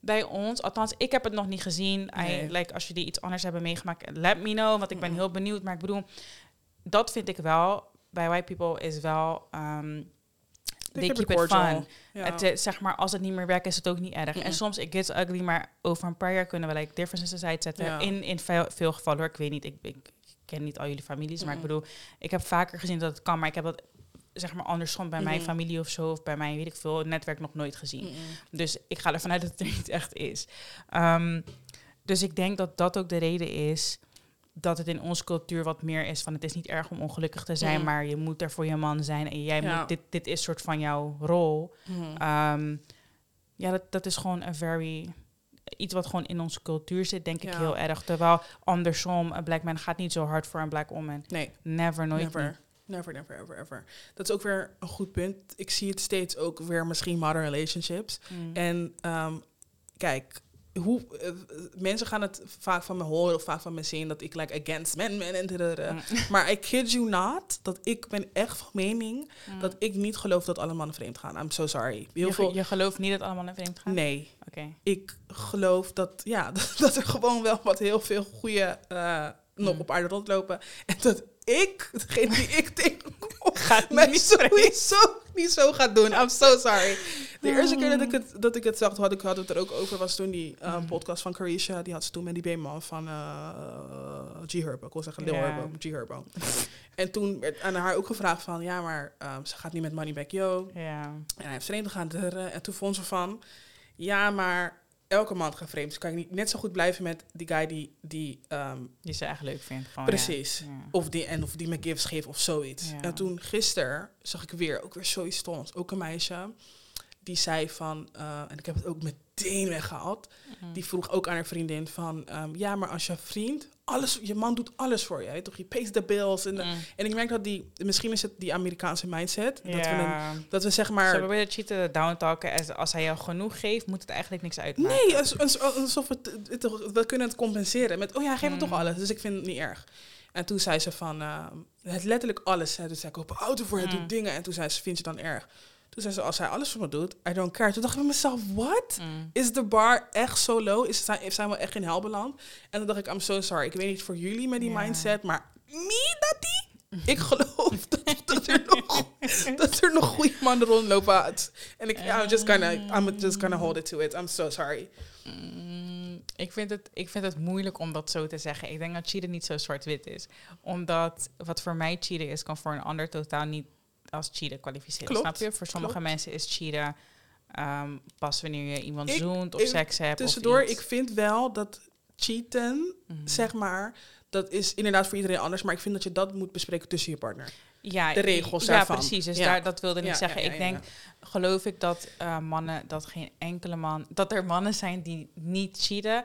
[SPEAKER 2] bij ons, althans, ik heb het nog niet gezien.
[SPEAKER 1] Nee.
[SPEAKER 2] I, like, als jullie iets anders hebben meegemaakt, let me know, want ik ben heel benieuwd. Maar ik bedoel, dat vind ik wel, bij white people is wel... Um, they keep it fun. Ja. Het is, zeg maar, als het niet meer werkt, is het ook niet erg. Mm-mm. En soms, it gets ugly, maar over een paar jaar kunnen we like differences aside zetten. Ja. In, in veel, veel gevallen, hoor. Ik weet niet, ik, ik ken niet al jullie families, mm-mm. maar ik bedoel, ik heb vaker gezien dat het kan, maar ik heb dat, zeg maar, andersom bij mm-hmm. mijn familie of zo, of bij mijn, weet ik veel, netwerk nog nooit gezien. Mm-mm. Dus ik ga ervan uit dat het er niet echt is. Um, dus ik denk dat dat ook de reden is dat het in onze cultuur wat meer is van het is niet erg om ongelukkig te zijn, mm. maar je moet er voor je man zijn en jij ja. moet, dit, dit is soort van jouw rol. Mm. Um, ja, dat, dat is gewoon een very... iets wat gewoon in onze cultuur zit, denk ja. ik heel erg. Terwijl andersom, een black man gaat niet zo hard voor een black woman.
[SPEAKER 1] Nee.
[SPEAKER 2] Never, nooit.
[SPEAKER 1] Never. Never, never, ever, ever. Dat is ook weer een goed punt. Ik zie het steeds ook weer misschien modern relationships. Mm. En um, kijk... Hoe, uh, mensen gaan het vaak van me horen of vaak van me zien dat ik like against men, men en mm. Maar I kid you not, dat ik ben echt van mening mm. dat ik niet geloof dat alle mannen vreemd gaan. I'm so sorry.
[SPEAKER 2] Heel je, veel, je gelooft niet dat alle mannen vreemd gaan?
[SPEAKER 1] Nee.
[SPEAKER 2] Okay.
[SPEAKER 1] Ik geloof dat, ja, dat, dat er gewoon wel wat heel veel goede uh, nog mm. op aarde rondlopen. En dat ik, degene die ik tegenkom,
[SPEAKER 2] gaat
[SPEAKER 1] mij
[SPEAKER 2] niet
[SPEAKER 1] sowieso niet zo gaat doen. I'm so sorry. De eerste keer dat ik het, dat ik het zag, had ik had het er ook over, was toen die uh, mm. podcast van Carisha. Die had ze toen met die B-man van uh, G Herbo. Ik wil zeggen Lil yeah. Herbo, G Herbo. En toen werd aan haar ook gevraagd van, ja, maar um, ze gaat niet met Moneyback Yo.
[SPEAKER 2] Yeah.
[SPEAKER 1] En hij heeft vreemd gegaan. En toen vond ze van, ja, maar elke man gaat vreemd. Dus kan je niet net zo goed blijven met die guy die... Die, um,
[SPEAKER 2] die ze echt leuk vindt. Gewoon,
[SPEAKER 1] precies.
[SPEAKER 2] Ja. Ja.
[SPEAKER 1] Of, die, en of die me gifts geeft of zoiets. Ja. En toen gisteren zag ik weer, ook weer zoiets stoms. Ook een meisje die zei van... Uh, en ik heb het ook meteen weggehaald. Mm-hmm. Die vroeg ook aan haar vriendin van... Um, ja, maar als je vriend... alles, je man doet alles voor je. Toch? Je pays the bills. En, de, mm. en ik merk dat die... Misschien is het die Amerikaanse mindset.
[SPEAKER 2] Ja.
[SPEAKER 1] Dat, we een, dat we zeg maar...
[SPEAKER 2] Ze proberen cheaten, downtalken. Als, als hij jou genoeg geeft, moet het eigenlijk niks uitmaken.
[SPEAKER 1] Nee, alsof het, het, het... We kunnen het compenseren met... Oh ja, geef mm. het toch alles. Dus ik vind het niet erg. En toen zei ze van... Uh, het letterlijk alles. Hè. Dus ik koop een auto voor je, mm. doe dingen. En toen zei ze, vind je dan erg? Toen zei ze, als hij alles voor me doet, I don't care. Toen dacht ik bij mezelf, what? Mm. Is de bar echt zo low? Is het, zijn we echt in hel beland? En toen dacht ik, I'm so sorry. Ik weet niet voor jullie met die yeah. mindset, maar me, dat die? Ik geloof dat, dat, er nog, dat er nog goede mannen rondlopen. En ik, I'm just gonna, I'm just gonna hold it to it. I'm so sorry.
[SPEAKER 2] Mm, ik, vind het, ik vind het moeilijk om dat zo te zeggen. Ik denk dat cheaten niet zo zwart-wit is. Omdat wat voor mij cheaten is, kan voor een ander totaal niet als cheaten kwalificeren. Klopt. Snap je? Voor sommige Klopt. mensen is cheaten um, pas wanneer je iemand ik, zoent of ik, seks hebt.
[SPEAKER 1] Tussendoor,
[SPEAKER 2] of
[SPEAKER 1] ik vind wel dat cheaten, mm-hmm. zeg maar, dat is inderdaad voor iedereen anders, maar ik vind dat je dat moet bespreken tussen je partner.
[SPEAKER 2] Ja,
[SPEAKER 1] de regels
[SPEAKER 2] ja,
[SPEAKER 1] daarvan.
[SPEAKER 2] Precies. Dus
[SPEAKER 1] ja.
[SPEAKER 2] daar, dat wilde ik
[SPEAKER 1] ja,
[SPEAKER 2] zeggen.
[SPEAKER 1] Ja, ja,
[SPEAKER 2] ik denk, ja, ja. geloof ik dat uh, mannen, dat geen enkele man, dat er mannen zijn die niet cheaten.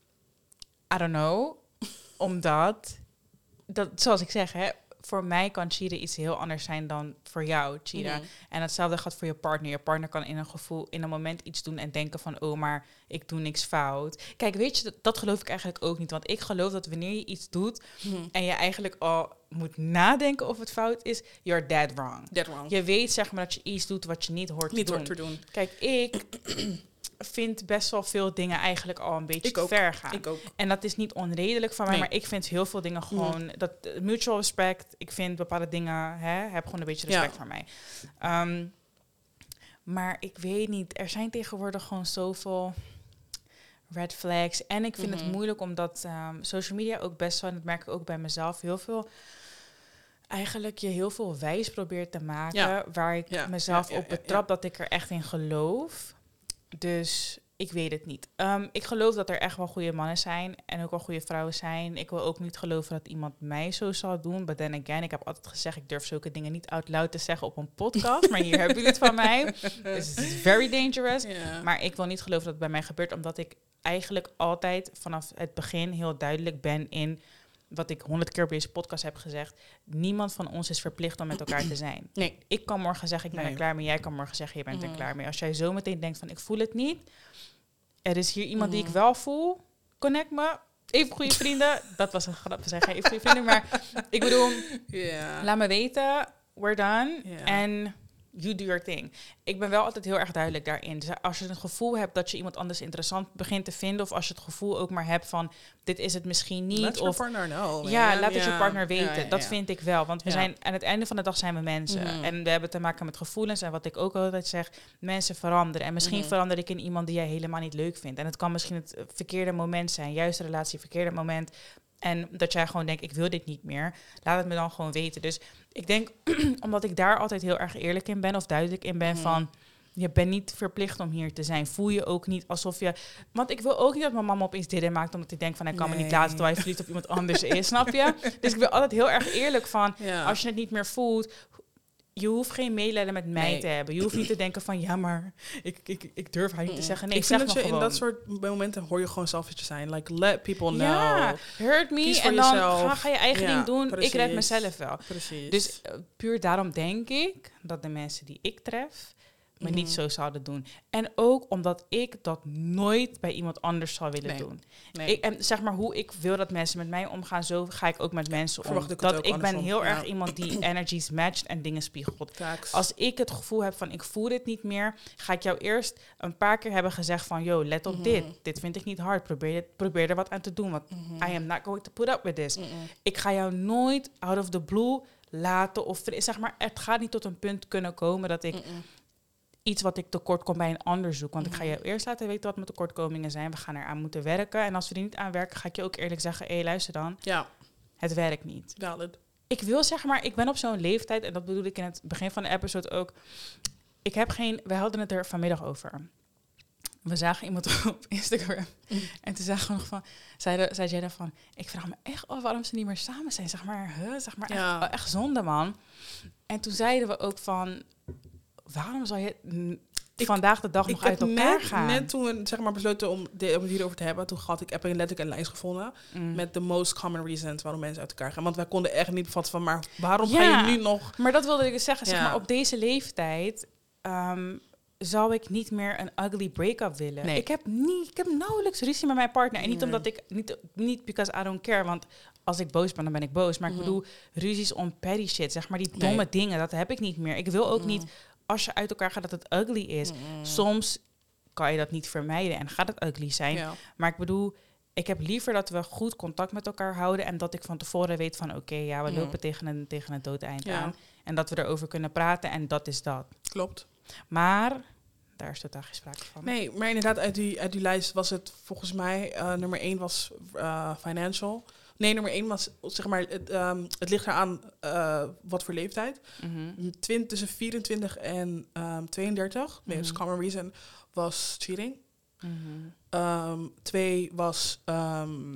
[SPEAKER 2] I don't know. Omdat, dat, zoals ik zeg, hè, voor mij kan cheaten iets heel anders zijn dan voor jou cheaten. Mm-hmm. En hetzelfde gaat voor je partner. Je partner kan in een gevoel, in een moment iets doen en denken van, oh, maar ik doe niks fout. Kijk, weet je, dat, dat geloof ik eigenlijk ook niet. Want ik geloof dat wanneer je iets doet mm-hmm. en je eigenlijk al moet nadenken of het fout is, you're dead wrong.
[SPEAKER 1] Dead wrong.
[SPEAKER 2] Je weet, zeg maar, dat je iets doet wat je niet hoort
[SPEAKER 1] niet
[SPEAKER 2] te
[SPEAKER 1] hoort
[SPEAKER 2] doen.
[SPEAKER 1] te doen.
[SPEAKER 2] Kijk, ik vind best wel veel dingen eigenlijk al een beetje te ver gaan.
[SPEAKER 1] Ik ook.
[SPEAKER 2] En dat is niet onredelijk van mij, nee. maar ik vind heel veel dingen gewoon... Mm. dat uh, mutual respect, ik vind bepaalde dingen... Hè, heb gewoon een beetje respect ja. voor mij. Um, maar ik weet niet, er zijn tegenwoordig gewoon zoveel red flags. En ik vind mm-hmm. het moeilijk omdat um, social media ook best wel... en dat merk ik ook bij mezelf, heel veel... eigenlijk je heel veel wijs probeert te maken... Ja. waar ik ja. mezelf ja, ja, op betrap ja, ja. dat ik er echt in geloof... Dus ik weet het niet. Um, ik geloof dat er echt wel goede mannen zijn en ook wel goede vrouwen zijn. Ik wil ook niet geloven dat iemand mij zo zal doen. But then again, ik heb altijd gezegd, ik durf zulke dingen niet out loud te zeggen op een podcast. Maar hier hebben jullie het van mij. Dus het is very dangerous. Yeah. Maar ik wil niet geloven dat het bij mij gebeurt, omdat ik eigenlijk altijd vanaf het begin heel duidelijk ben in... wat ik honderd keer op deze podcast heb gezegd... niemand van ons is verplicht om met elkaar te zijn.
[SPEAKER 1] Nee.
[SPEAKER 2] Ik kan morgen zeggen, ik ben nee. er klaar mee. Jij kan morgen zeggen, je bent mm. er klaar mee. Als jij zo meteen denkt van, ik voel het niet... er is hier iemand mm. die ik wel voel... connect me. Even goede vrienden. Dat was een grap, we zijn geen even goede vrienden. Maar ik bedoel, yeah. laat me weten. We're done. Yeah. En you do your thing. Ik ben wel altijd heel erg duidelijk daarin. Dus als je het gevoel hebt dat je iemand anders interessant begint te vinden, of als je het gevoel ook maar hebt van, dit is het misschien niet.
[SPEAKER 1] Laat
[SPEAKER 2] of
[SPEAKER 1] je partner know.
[SPEAKER 2] Ja,
[SPEAKER 1] man.
[SPEAKER 2] laat het
[SPEAKER 1] ja.
[SPEAKER 2] je partner weten.
[SPEAKER 1] Ja, ja, ja.
[SPEAKER 2] Dat vind ik wel. Want we
[SPEAKER 1] Ja.
[SPEAKER 2] zijn aan het einde van de dag zijn we mensen.
[SPEAKER 1] Mm-hmm.
[SPEAKER 2] En we hebben te maken met gevoelens. En wat ik ook altijd zeg, mensen veranderen. En misschien
[SPEAKER 1] Mm-hmm.
[SPEAKER 2] verander ik in iemand die jij helemaal niet leuk vindt. En het kan misschien het verkeerde moment zijn. Juiste relatie, verkeerde moment. En dat jij gewoon denkt, ik wil dit niet meer. Laat het me dan gewoon weten. Dus ik denk, omdat ik daar altijd heel erg eerlijk in ben, of duidelijk in ben,
[SPEAKER 1] Mm-hmm.
[SPEAKER 2] van, je bent niet verplicht om hier te zijn. Voel je ook niet alsof je... Want ik wil ook niet dat mijn mama opeens dit in maakt, omdat ik denk van, hij kan
[SPEAKER 1] Nee.
[SPEAKER 2] me niet laten terwijl hij verliefd op iemand anders is, snap je? Dus ik ben altijd heel erg eerlijk van,
[SPEAKER 1] Ja.
[SPEAKER 2] als je het niet meer voelt, je hoeft geen medelijden met mij
[SPEAKER 1] Nee.
[SPEAKER 2] te hebben. Je hoeft niet te denken van, ja, maar ik, ik, ik durf haar niet te zeggen. Nee,
[SPEAKER 1] ik
[SPEAKER 2] zeg
[SPEAKER 1] vind dat
[SPEAKER 2] me
[SPEAKER 1] je
[SPEAKER 2] gewoon.
[SPEAKER 1] in dat soort momenten hoor je gewoon selfish te zijn. Like, let people know.
[SPEAKER 2] Ja, hurt me.
[SPEAKER 1] Kies voor
[SPEAKER 2] En dan
[SPEAKER 1] jezelf.
[SPEAKER 2] ga, ga je eigen
[SPEAKER 1] Ja,
[SPEAKER 2] ding doen.
[SPEAKER 1] precies.
[SPEAKER 2] Ik red mezelf wel.
[SPEAKER 1] Precies.
[SPEAKER 2] Dus uh, puur daarom denk ik dat de mensen die ik tref me
[SPEAKER 1] Mhm.
[SPEAKER 2] niet zo zouden doen. En ook omdat ik dat nooit bij iemand anders zou willen
[SPEAKER 1] Nee.
[SPEAKER 2] doen.
[SPEAKER 1] nee.
[SPEAKER 2] Ik, en zeg maar hoe ik wil dat mensen met mij omgaan, zo ga ik ook met mensen om.
[SPEAKER 1] Verwacht ik het
[SPEAKER 2] Dat
[SPEAKER 1] ook
[SPEAKER 2] ik ben
[SPEAKER 1] andersom,
[SPEAKER 2] heel
[SPEAKER 1] ja.
[SPEAKER 2] erg iemand die energies matcht en dingen spiegelt.
[SPEAKER 1] Facts.
[SPEAKER 2] Als ik het gevoel heb van ik voel dit niet meer, ga ik jou eerst een paar keer hebben gezegd van yo, let op
[SPEAKER 1] Mhm.
[SPEAKER 2] dit. Dit vind ik niet hard. Probeer, dit, probeer er wat aan te doen, want
[SPEAKER 1] Mhm.
[SPEAKER 2] I am not going to put up with this.
[SPEAKER 1] Mm-mm.
[SPEAKER 2] Ik ga jou nooit out of the blue laten of zeg maar, het gaat niet tot een punt kunnen komen dat ik
[SPEAKER 1] Mm-mm.
[SPEAKER 2] iets wat ik tekort kom bij een ander zoek. Want ik ga
[SPEAKER 1] Mhm.
[SPEAKER 2] je eerst laten weten wat mijn tekortkomingen zijn. We gaan eraan moeten werken. En als we er niet aan werken, ga ik je ook eerlijk zeggen, hé, luister dan,
[SPEAKER 1] Ja,
[SPEAKER 2] het werkt niet.
[SPEAKER 1] valid.
[SPEAKER 2] Ik wil zeg maar, ik ben op zo'n leeftijd, en dat bedoel ik in het begin van de episode ook. Ik heb geen, we hadden het er vanmiddag over. We zagen iemand op Instagram.
[SPEAKER 1] Mm.
[SPEAKER 2] En toen zagen we nog van, zei, zei Jenna van, ik vraag me echt af waarom ze niet meer samen zijn. Zeg maar, huh? Zeg maar,
[SPEAKER 1] Ja.
[SPEAKER 2] echt, echt zonde, man. En toen zeiden we ook van, waarom zou je mm,
[SPEAKER 1] Ik-
[SPEAKER 2] vandaag de dag
[SPEAKER 1] Ik
[SPEAKER 2] nog uit
[SPEAKER 1] heb
[SPEAKER 2] elkaar
[SPEAKER 1] net,
[SPEAKER 2] gaan?
[SPEAKER 1] net toen we zeg maar, besloten om, de, om het hierover te hebben, toen had ik, heb ik letterlijk een lijst gevonden
[SPEAKER 2] Mm.
[SPEAKER 1] met de most common reasons waarom mensen uit elkaar gaan. Want wij konden echt niet bevatten van, maar waarom
[SPEAKER 2] Ja.
[SPEAKER 1] ga je nu nog...
[SPEAKER 2] Maar dat wilde ik dus zeggen. Zeg
[SPEAKER 1] Ja.
[SPEAKER 2] maar, op deze leeftijd ehm, zou ik niet meer een ugly break-up willen.
[SPEAKER 1] Nee.
[SPEAKER 2] Ik heb niet, ik heb nauwelijks ruzie met mijn partner. En niet
[SPEAKER 1] Nee.
[SPEAKER 2] omdat ik niet, niet because I don't care. Want als ik boos ben, dan ben ik boos. Maar
[SPEAKER 1] Mhm.
[SPEAKER 2] ik bedoel, ruzies om petty shit. Zeg maar die
[SPEAKER 1] Nee.
[SPEAKER 2] domme dingen. Dat heb ik niet meer. Ik wil ook
[SPEAKER 1] Mhm.
[SPEAKER 2] niet, als je uit elkaar gaat, dat het ugly is.
[SPEAKER 1] Mm-mm.
[SPEAKER 2] Soms kan je dat niet vermijden en gaat het ugly zijn.
[SPEAKER 1] Ja.
[SPEAKER 2] Maar ik bedoel, ik heb liever dat we goed contact met elkaar houden en dat ik van tevoren weet van oké, ja, we
[SPEAKER 1] Mhm.
[SPEAKER 2] lopen tegen een, tegen een doodeind
[SPEAKER 1] Ja.
[SPEAKER 2] aan. En dat we erover kunnen praten en dat is dat.
[SPEAKER 1] Klopt.
[SPEAKER 2] Maar daar is totaal geen sprake van.
[SPEAKER 1] Nee, maar inderdaad, uit die, uit die lijst was het volgens mij, uh, nummer één was uh, financial. Nee, nummer één was, zeg maar, het, um, het ligt eraan uh, wat voor leeftijd.
[SPEAKER 2] Mhm.
[SPEAKER 1] Twint, tussen vierentwintig en um, tweeëndertig, de most
[SPEAKER 2] Mhm.
[SPEAKER 1] common reason, was cheating.
[SPEAKER 2] Mhm.
[SPEAKER 1] Um, twee was um,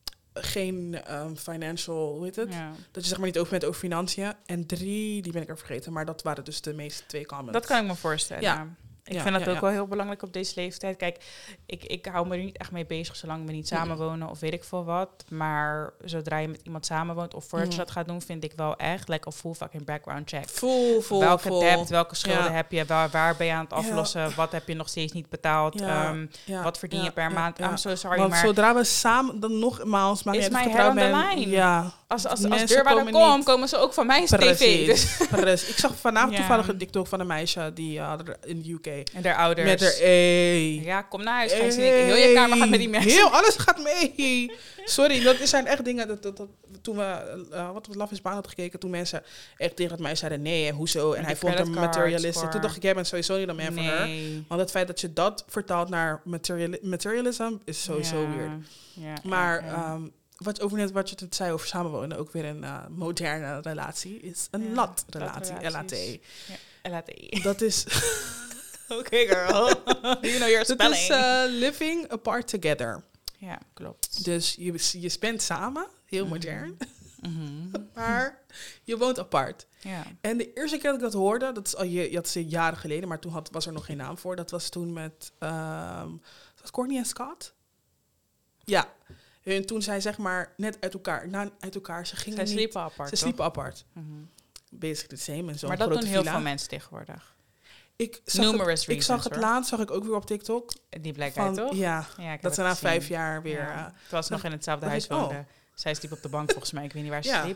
[SPEAKER 1] geen um, financial, hoe heet het?
[SPEAKER 2] Ja.
[SPEAKER 1] Dat je zeg maar niet over bent over financiën. En drie, die ben ik er vergeten, maar dat waren dus de meeste twee comments.
[SPEAKER 2] Dat kan ik me voorstellen.
[SPEAKER 1] Ja.
[SPEAKER 2] Ja. Ik
[SPEAKER 1] Ja,
[SPEAKER 2] vind dat
[SPEAKER 1] ja,
[SPEAKER 2] ook
[SPEAKER 1] ja.
[SPEAKER 2] wel heel belangrijk op deze leeftijd. Kijk, ik, ik hou me er niet echt mee bezig zolang we niet samenwonen of weet ik veel wat. Maar zodra je met iemand samenwoont of voordat je
[SPEAKER 1] Mhm.
[SPEAKER 2] dat gaat doen, vind ik wel echt like a full fucking background check.
[SPEAKER 1] Vol, vol,
[SPEAKER 2] welke
[SPEAKER 1] vol.
[SPEAKER 2] debt, welke schulden
[SPEAKER 1] Ja.
[SPEAKER 2] heb je, waar, waar ben je aan het
[SPEAKER 1] Ja.
[SPEAKER 2] aflossen, wat heb je nog steeds niet betaald,
[SPEAKER 1] Ja,
[SPEAKER 2] Ehm,
[SPEAKER 1] ja,
[SPEAKER 2] wat verdien
[SPEAKER 1] ja,
[SPEAKER 2] je per
[SPEAKER 1] ja,
[SPEAKER 2] maand.
[SPEAKER 1] ja.
[SPEAKER 2] I'm so sorry,
[SPEAKER 1] Want
[SPEAKER 2] maar
[SPEAKER 1] zodra we samen, dan nogmaals, maar
[SPEAKER 2] Is
[SPEAKER 1] jij
[SPEAKER 2] my
[SPEAKER 1] getrouwd
[SPEAKER 2] head on the
[SPEAKER 1] bent,
[SPEAKER 2] line.
[SPEAKER 1] ja,
[SPEAKER 2] als, als, als
[SPEAKER 1] mensen
[SPEAKER 2] deurwaarder
[SPEAKER 1] komen
[SPEAKER 2] komen,
[SPEAKER 1] niet-
[SPEAKER 2] komen ze ook van mijn tv.
[SPEAKER 1] precies,
[SPEAKER 2] Dus.
[SPEAKER 1] precies. Ik zag vanavond
[SPEAKER 2] Ja.
[SPEAKER 1] toevallig een TikTok van een meisje die uh, in de U K
[SPEAKER 2] En de ouders.
[SPEAKER 1] met haar, ey,
[SPEAKER 2] Ja, kom naar huis. Ga je zien. Heel je kamer gaat met die mensen.
[SPEAKER 1] Heel alles gaat mee. Sorry, dat zijn echt dingen. Dat, dat, dat, toen we uh, wat we Love is Baan hadden gekeken, toen mensen echt tegen mij zeiden nee en hoezo. En
[SPEAKER 2] Met
[SPEAKER 1] hij
[SPEAKER 2] die
[SPEAKER 1] vond hem
[SPEAKER 2] creditcard
[SPEAKER 1] materialistic.
[SPEAKER 2] score.
[SPEAKER 1] Toen dacht ik, jij bent sowieso niet een man van haar.
[SPEAKER 2] Nee.
[SPEAKER 1] Want het feit dat je dat vertaalt naar materiali- materialism is sowieso
[SPEAKER 2] Ja.
[SPEAKER 1] weird.
[SPEAKER 2] Ja,
[SPEAKER 1] Maar
[SPEAKER 2] ja, ja.
[SPEAKER 1] um, wat over net wat je het zei over samenwonen, ook weer een uh, moderne relatie, is een
[SPEAKER 2] Ja,
[SPEAKER 1] latrelatie, L A T.
[SPEAKER 2] latrelaties. Ja, L A T.
[SPEAKER 1] Dat is,
[SPEAKER 2] Oké, girl. You know your
[SPEAKER 1] dat
[SPEAKER 2] spelling.
[SPEAKER 1] is uh, living apart together.
[SPEAKER 2] Ja, klopt.
[SPEAKER 1] Dus je, je spent samen, heel modern,
[SPEAKER 2] Mhm.
[SPEAKER 1] maar je woont apart.
[SPEAKER 2] Ja.
[SPEAKER 1] En de eerste keer dat ik dat hoorde, dat is al je, dat is jaren geleden, maar toen had, was er nog geen naam voor. Dat was toen met, um, was dat Courtney en Scott? Ja. En toen zij zeg maar net uit elkaar, na, uit elkaar, ze gingen
[SPEAKER 2] Zij
[SPEAKER 1] niet,
[SPEAKER 2] sliepen apart,
[SPEAKER 1] Ze
[SPEAKER 2] toch?
[SPEAKER 1] sliepen apart.
[SPEAKER 2] Mhm.
[SPEAKER 1] Basically the same en zo'n
[SPEAKER 2] Maar dat
[SPEAKER 1] grote
[SPEAKER 2] doen heel
[SPEAKER 1] villa.
[SPEAKER 2] veel mensen tegenwoordig.
[SPEAKER 1] Ik zag
[SPEAKER 2] Numerous
[SPEAKER 1] het, ik zag
[SPEAKER 2] reasons,
[SPEAKER 1] het
[SPEAKER 2] hoor.
[SPEAKER 1] laatst, zag ik ook weer op TikTok.
[SPEAKER 2] Die blijkt
[SPEAKER 1] Van,
[SPEAKER 2] uit, toch?
[SPEAKER 1] ja,
[SPEAKER 2] Ja, ik heb
[SPEAKER 1] dat ze
[SPEAKER 2] het
[SPEAKER 1] na
[SPEAKER 2] gezien.
[SPEAKER 1] vijf jaar weer...
[SPEAKER 2] Ja.
[SPEAKER 1] uh,
[SPEAKER 2] Terwijl ze nog in hetzelfde
[SPEAKER 1] dat
[SPEAKER 2] huis
[SPEAKER 1] is- oh.
[SPEAKER 2] woonden. Zij sliep op de bank volgens mij. Ik weet niet waar ze
[SPEAKER 1] Ja.
[SPEAKER 2] sliep.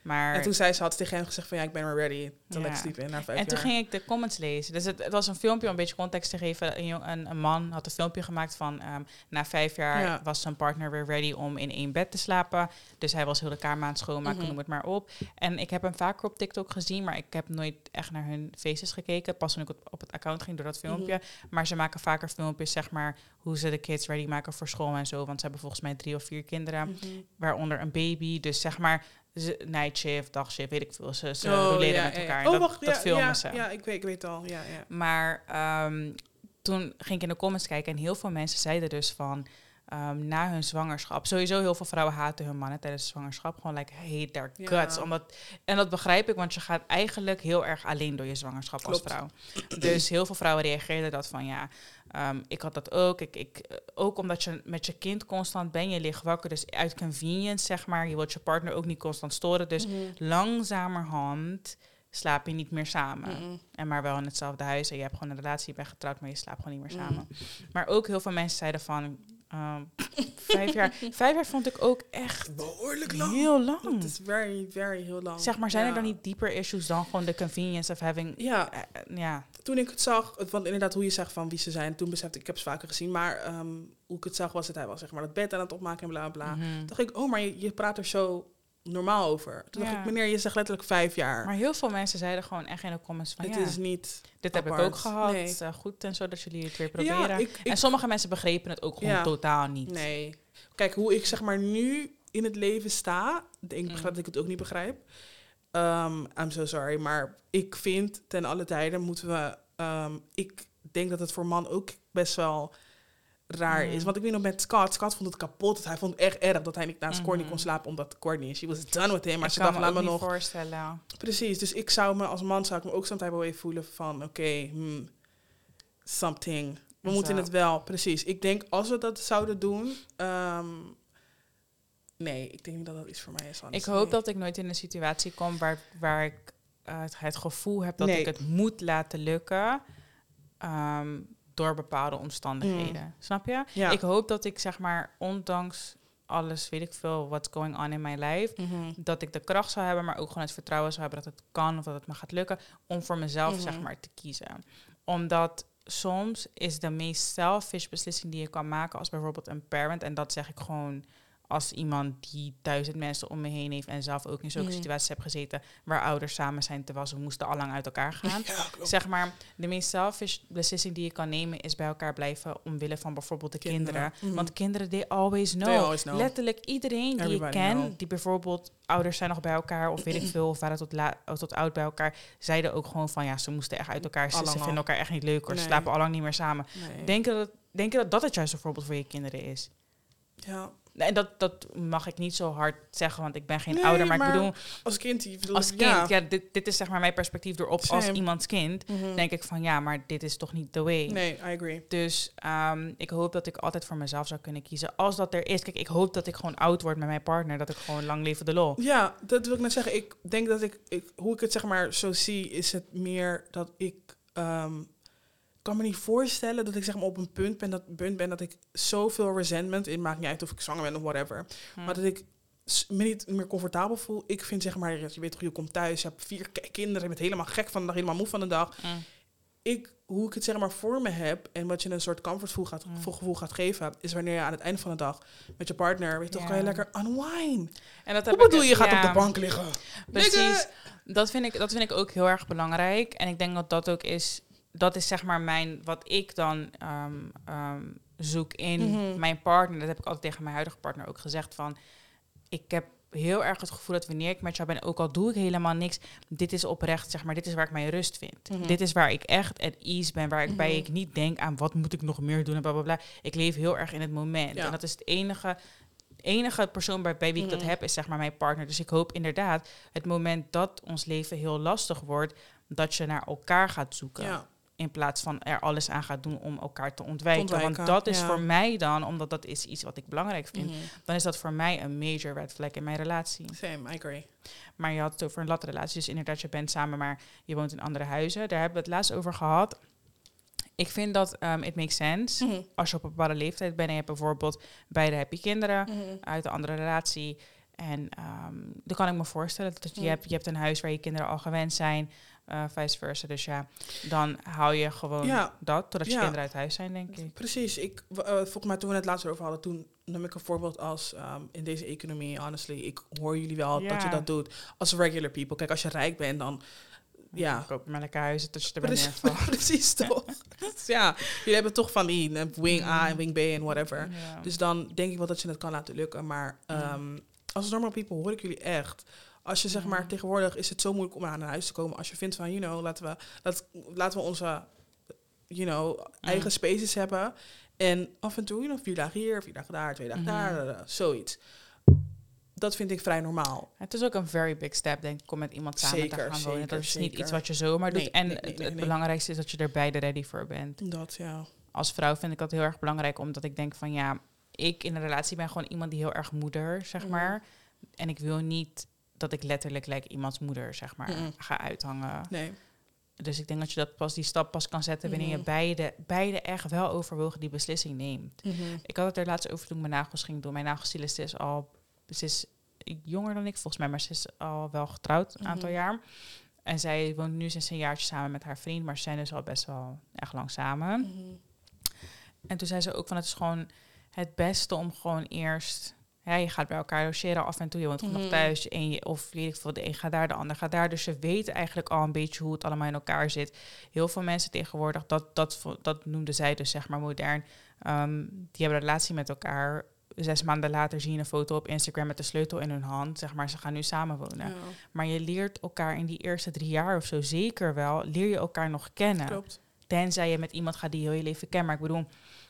[SPEAKER 2] Maar
[SPEAKER 1] en toen zei ze, had ze tegen hem gezegd van ja, ik ben maar ready. Toen
[SPEAKER 2] ja.
[SPEAKER 1] ik sliep in na vijf
[SPEAKER 2] En
[SPEAKER 1] jaar.
[SPEAKER 2] toen ging ik de comments lezen. Dus het, het was een filmpje om een beetje context te geven. Een, jong, een, een man had een filmpje gemaakt van um, na vijf jaar ja. was zijn partner weer ready om in één bed te slapen. Dus hij was heel de kamer aan het schoonmaken, mm-hmm. noem het maar op. En ik heb hem vaker op TikTok gezien, maar ik heb nooit echt naar hun faces gekeken. Pas toen ik op, op het account ging door dat filmpje. Mm-hmm. Maar ze maken vaker filmpjes, zeg maar, hoe ze de kids ready maken voor school en zo. Want ze hebben volgens mij drie of vier kinderen, mm-hmm. waaronder een baby. Dus zeg maar, night shift, dagshift, weet ik veel. Ze, ze oh, roleren ja, met elkaar. Ja.
[SPEAKER 1] Oh,
[SPEAKER 2] dat,
[SPEAKER 1] wacht,
[SPEAKER 2] dat
[SPEAKER 1] ja,
[SPEAKER 2] filmen
[SPEAKER 1] ja,
[SPEAKER 2] ze.
[SPEAKER 1] Ja, ik weet, ik weet al. Ja, ja.
[SPEAKER 2] Maar um, toen ging ik in de comments kijken en heel veel mensen zeiden dus van um, na hun zwangerschap. Sowieso heel veel vrouwen haten hun mannen tijdens de zwangerschap. Gewoon like hate their guts. Ja. Omdat, en dat begrijp ik, want je gaat eigenlijk heel erg alleen door je zwangerschap Klopt. als vrouw. Dus heel veel vrouwen reageerden dat van ja, um, ik had dat ook. Ik, ik, ook omdat je met je kind constant ben, je ligt wakker. Dus uit convenience, zeg maar. Je wilt je partner ook niet constant storen. Dus mm-hmm. langzamerhand slaap je niet meer samen. Mm-hmm. En maar wel in hetzelfde huis. En je hebt gewoon een relatie, je bent getrouwd, maar je slaapt gewoon niet meer samen. Mm-hmm. Maar ook heel veel mensen zeiden van Um, vijf jaar. Vijf jaar vond ik ook echt
[SPEAKER 1] behoorlijk lang.
[SPEAKER 2] Heel lang.
[SPEAKER 1] Het is very, very heel lang.
[SPEAKER 2] Zeg maar, zijn
[SPEAKER 1] ja.
[SPEAKER 2] er dan niet dieper issues dan gewoon de convenience of having...
[SPEAKER 1] Ja.
[SPEAKER 2] Uh, ja.
[SPEAKER 1] Toen ik het zag, want inderdaad hoe je zegt van wie ze zijn, toen besefte ik, ik heb ze vaker gezien, maar um, hoe ik het zag was het, hij was zeg maar dat bed aan het opmaken en bla bla. Mm-hmm. Dacht ik, oh, maar je, je praat er zo normaal over. Toen ja. dacht ik, meneer, je zegt letterlijk vijf jaar.
[SPEAKER 2] Maar heel veel mensen zeiden gewoon echt in de comments van
[SPEAKER 1] het
[SPEAKER 2] ja,
[SPEAKER 1] is niet
[SPEAKER 2] dit
[SPEAKER 1] apart.
[SPEAKER 2] heb ik ook gehad. Nee. Uh, goed en zo dat jullie het weer proberen. Ja, ik, ik,
[SPEAKER 1] en
[SPEAKER 2] sommige mensen begrepen het ook gewoon ja. totaal niet.
[SPEAKER 1] Nee. Kijk, hoe ik zeg maar nu in het leven sta, denk ik mm. dat ik het ook niet begrijp. Um, I'm so sorry, maar ik vind ten alle tijden moeten we... Um, ik denk dat het voor man ook best wel raar mm. is. Want ik weet nog met Scott, Scott vond het kapot. Hij vond het echt erg dat hij niet naast mm-hmm. Courtney kon slapen, omdat Courtney, she was done with him. Maar
[SPEAKER 2] ik
[SPEAKER 1] ze
[SPEAKER 2] kan
[SPEAKER 1] dacht,
[SPEAKER 2] me
[SPEAKER 1] laat
[SPEAKER 2] ook
[SPEAKER 1] me
[SPEAKER 2] niet
[SPEAKER 1] nog
[SPEAKER 2] voorstellen.
[SPEAKER 1] Precies, dus ik zou me als man zou ik me ook soms wel even voelen van, oké, okay, hmm, something. We Zo. moeten het wel, precies. Ik denk, als we dat zouden doen... Um, nee, ik denk niet dat dat iets voor mij is.
[SPEAKER 2] Ik hoop dat ik nooit in een situatie kom waar, waar ik uh, het, het gevoel heb dat nee. ik het moet laten lukken... Um, door bepaalde omstandigheden. Mm. Snap je?
[SPEAKER 1] Ja.
[SPEAKER 2] Ik hoop dat ik, zeg maar, ondanks alles, weet ik veel, what's going on in my life, mm-hmm. dat ik de kracht zou hebben, maar ook gewoon het vertrouwen zou hebben dat het kan of dat het me gaat lukken, om voor mezelf, mm-hmm. zeg maar, te kiezen. Omdat soms is de meest selfish beslissing die je kan maken als bijvoorbeeld een parent, en dat zeg ik gewoon als iemand die duizend mensen om me heen heeft en zelf ook in zulke mm. situaties heb gezeten waar ouders samen zijn terwijl ze moesten allang uit elkaar gaan. Ja, zeg maar, de meest selfish beslissing die je kan nemen is bij elkaar blijven omwille van bijvoorbeeld de kinderen. kinderen. Mm-hmm. Want kinderen, they always know. They always know. Letterlijk iedereen die Everybody ik ken, know. die bijvoorbeeld ouders zijn nog bij elkaar of weet ik veel, of waren tot, la- tot oud bij elkaar, zeiden ook gewoon van ja, ze moesten echt uit elkaar. Ze, ze vinden elkaar echt niet leuk hoor. Nee. Ze slapen allang niet meer samen. Nee. Denk je dat, denk je dat dat het juist een voorbeeld voor je kinderen is?
[SPEAKER 1] Ja.
[SPEAKER 2] En dat, dat mag ik niet zo hard zeggen, want ik ben geen nee, ouder. Maar, maar ik bedoel,
[SPEAKER 1] als kind,
[SPEAKER 2] als kind, ja, ja dit, dit is zeg maar mijn perspectief erop. Same. Als iemands kind, mm-hmm. denk ik van ja, maar dit is toch niet the way.
[SPEAKER 1] Nee, I agree.
[SPEAKER 2] Dus um, ik hoop dat ik altijd voor mezelf zou kunnen kiezen. Als dat er is, kijk, ik hoop dat ik gewoon oud word met mijn partner, dat ik gewoon lang leven de lol.
[SPEAKER 1] Ja, dat wil ik net zeggen. Ik denk dat ik, ik hoe ik het zeg maar zo zie, is het meer dat ik... Um, Ik kan me niet voorstellen dat ik zeg maar op een punt ben dat, punt ben dat ik zoveel resentment in, maakt niet uit of ik zwanger ben of whatever, hmm. maar dat ik me niet meer comfortabel voel. Ik vind zeg maar, je weet toch, je komt thuis, je hebt vier k- kinderen, je bent helemaal gek van de dag, helemaal moe van de dag. Hmm. Ik, hoe ik het zeg maar voor me heb en wat je een soort comfortgevoel gaat, mm. gevoel gaat geven, is wanneer je aan het einde van de dag met je partner, weet je toch, kan je lekker unwind. En dat heb Hoe bedoel je, je gaat ja. op de bank liggen?
[SPEAKER 2] Precies. Dat vind ik, dat vind ik ook heel erg belangrijk. En ik denk dat dat ook is, dat is zeg maar mijn, wat ik dan um, um, zoek in mm-hmm. mijn partner. Dat heb ik altijd tegen mijn huidige partner ook gezegd van, ik heb heel erg het gevoel dat wanneer ik met jou ben, ook al doe ik helemaal niks, dit is oprecht, zeg maar, dit is waar ik mijn rust vind. Mm-hmm. Dit is waar ik echt at ease ben, waarbij mm-hmm. ik niet denk aan wat moet ik nog meer doen en bla bla bla. Ik leef heel erg in het moment. Ja. En dat is het enige, enige persoon bij, bij wie mm-hmm. ik dat heb, is zeg maar mijn partner. Dus ik hoop inderdaad, het moment dat ons leven heel lastig wordt, dat je naar elkaar gaat zoeken. Ja. In plaats van er alles aan gaat doen om elkaar te ontwijken. ontwijken Want dat is ja. voor mij dan, omdat dat is iets wat ik belangrijk vind, mm-hmm. dan is dat voor mij een major red flag in mijn relatie.
[SPEAKER 1] Same, I agree.
[SPEAKER 2] Maar je had het over een latrelatie. Dus inderdaad, je bent samen, maar je woont in andere huizen. Daar hebben we het laatst over gehad. Ik vind dat um, it makes sense. Mm-hmm. Als je op een bepaalde leeftijd bent en je hebt bijvoorbeeld beide heb je kinderen mm-hmm. uit een andere relatie. En um, dan kan ik me voorstellen dat je, ja. hebt, je hebt een huis waar je kinderen al gewend zijn, uh, vice versa. Dus ja, dan hou je gewoon ja. dat totdat je ja. kinderen uit huis zijn, denk ik.
[SPEAKER 1] Precies. Ik, uh, volgens mij toen we het laatst over hadden, toen nam ik een voorbeeld als um, in deze economie, honestly, ik hoor jullie wel ja. dat je dat doet als regular people. Kijk, als je rijk bent, dan ja.
[SPEAKER 2] Koop maar lekker huizen tussen de
[SPEAKER 1] Precies, precies toch. Ja, jullie hebben toch van die wing A en wing B en whatever. Ja. Dus dan denk ik wel dat je het kan laten lukken. Maar um, als normal people hoor ik jullie echt. Als je zeg maar ja. tegenwoordig is het zo moeilijk om aan een huis te komen. Als je vindt van, you know, laten we, laat, laten we onze, you know, eigen ja. spaces hebben. En af en toe, you know, vier dagen hier, vier dagen daar, twee dagen mm-hmm. daar, uh, zoiets. Dat vind ik vrij normaal.
[SPEAKER 2] Het is ook een very big step, denk ik, om met iemand samen zeker, te gaan wonen. Zeker, dat is zeker. Niet iets wat je zomaar doet. Nee, en nee, nee, het, nee, het nee. belangrijkste is dat je er beide ready voor bent.
[SPEAKER 1] Dat, ja.
[SPEAKER 2] Als vrouw vind ik dat heel erg belangrijk, omdat ik denk van, ja, ik in een relatie ben gewoon iemand die heel erg moeder, zeg maar. Mm. En ik wil niet dat ik letterlijk like, iemands moeder, zeg maar, mm. ga uithangen.
[SPEAKER 1] Nee.
[SPEAKER 2] Dus ik denk dat je dat pas die stap pas kan zetten wanneer mm-hmm. je beide, beide echt wel overwogen die beslissing neemt. Mm-hmm. Ik had het er laatst over toen ik mijn nagels ging doen. Mijn nagelstylist is al, ze is jonger dan ik volgens mij, maar ze is al wel getrouwd een mm-hmm. aantal jaar. En zij woont nu sinds een jaartje samen met haar vriend, maar ze zijn dus al best wel echt lang samen. Mm-hmm. En toen zei ze ook van, het is gewoon het beste om gewoon eerst, ja, je gaat bij elkaar logeren af en toe, je woont mm-hmm. nog thuis en je, of weet ik veel, de een gaat daar, de ander gaat daar. Dus ze weten eigenlijk al een beetje hoe het allemaal in elkaar zit. Heel veel mensen tegenwoordig, dat, dat, dat noemde zij dus zeg maar modern, um, die hebben een relatie met elkaar. Zes maanden later zie je een foto op Instagram met de sleutel in hun hand. Zeg maar, ze gaan nu samenwonen. Ja. Maar je leert elkaar in die eerste drie jaar of zo zeker wel, leer je elkaar nog kennen.
[SPEAKER 1] Klopt.
[SPEAKER 2] Tenzij je met iemand gaat die heel je leven kent. Maar ik bedoel,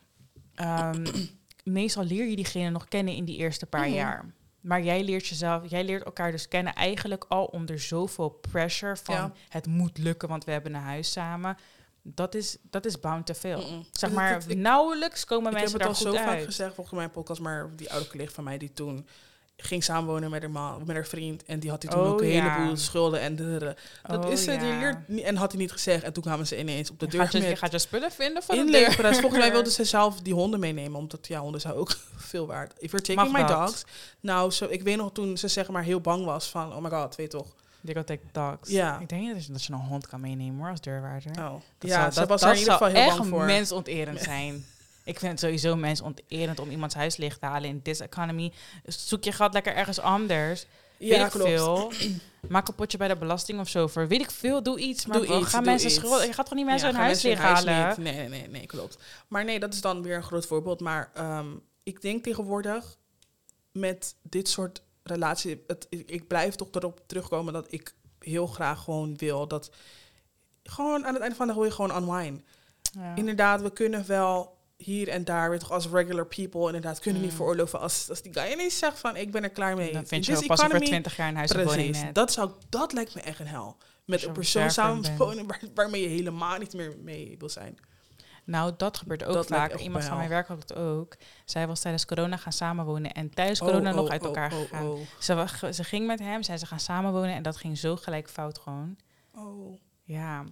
[SPEAKER 2] um, meestal leer je diegene nog kennen in die eerste paar mm-hmm. jaar. Maar jij leert jezelf, jij leert elkaar dus kennen eigenlijk al onder zoveel pressure van ja. het moet lukken, want we hebben een huis samen. Dat is, dat is bound te veel. Mm-mm. Zeg maar, ik, ik, nauwelijks komen ik mensen daar goed uit. Ik heb het al zo
[SPEAKER 1] vaak gezegd, volgens mij podcast, maar die oude collega van mij die toen ging samenwonen met haar man, met haar vriend. En die had hij toen oh, ook een ja. heleboel schulden en de, dat oh, is het. Ja. Die leert niet, en had hij niet gezegd. En toen kwamen ze ineens op de deur.
[SPEAKER 2] Gaat je, je gaat je spullen vinden van
[SPEAKER 1] inleveren. De deur. Volgens mij wilde ze zelf die honden meenemen, omdat ja, honden zijn ook veel waard. If you're taking Mag my dat? dogs. Nou, so, ik weet nog toen ze zeg maar heel bang was van, oh my god, weet toch.
[SPEAKER 2] They go take dogs.
[SPEAKER 1] Ja.
[SPEAKER 2] Ik denk niet dat je een hond kan meenemen hoor, als deurwaarder.
[SPEAKER 1] Oh.
[SPEAKER 2] Dat
[SPEAKER 1] ja,
[SPEAKER 2] zou,
[SPEAKER 1] ze
[SPEAKER 2] dat,
[SPEAKER 1] was
[SPEAKER 2] dat
[SPEAKER 1] er in ieder geval heel bang voor.
[SPEAKER 2] echt mensonterend zijn. Ik vind het sowieso mensonterend om iemands huis leeg te halen in this economy. Zoek je geld lekker ergens anders.
[SPEAKER 1] Ja,
[SPEAKER 2] weet ik
[SPEAKER 1] klopt.
[SPEAKER 2] veel. Maak een potje bij de belasting of zo voor. Weet ik veel, doe iets. Maar
[SPEAKER 1] doe iets,
[SPEAKER 2] gaan
[SPEAKER 1] doe
[SPEAKER 2] mensen
[SPEAKER 1] iets.
[SPEAKER 2] schulden. Je gaat toch niet mensen
[SPEAKER 1] ja,
[SPEAKER 2] hun huis leeg halen?
[SPEAKER 1] Huis nee, nee, nee, nee, klopt. Maar nee, dat is dan weer een groot voorbeeld. Maar um, ik denk tegenwoordig met dit soort relaties, het, ik, ik blijf toch erop terugkomen dat ik heel graag gewoon wil dat gewoon aan het einde van de dag wil je gewoon unwind. Ja. Inderdaad, we kunnen wel hier en daar weer toch als regular people inderdaad kunnen mm. niet veroorloven als, als die guy ineens zegt van ik ben er klaar mee.
[SPEAKER 2] Dan vind je wel pas over twintig jaar een huis op woning net.
[SPEAKER 1] Dat zou dat lijkt me echt een hel. Met een persoon samen wonen waar, waarmee je helemaal niet meer mee wil zijn.
[SPEAKER 2] Nou, dat gebeurt ook dat vaak. Iemand van mijn werk had het ook. Zij was tijdens corona gaan samenwonen en tijdens oh, corona oh, nog uit oh, elkaar oh, gegaan. Oh, oh. Ze, ze ging met hem, zei ze gaan samenwonen en dat ging zo gelijk fout gewoon.
[SPEAKER 1] Oh.
[SPEAKER 2] Ja.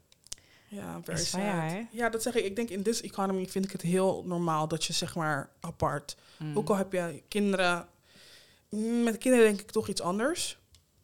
[SPEAKER 1] Ja, very sad. Ja, ja, dat zeg ik. Ik denk in this economy vind ik het heel normaal dat je zeg maar apart. Mm. Ook al heb je kinderen. Met kinderen denk ik toch iets anders.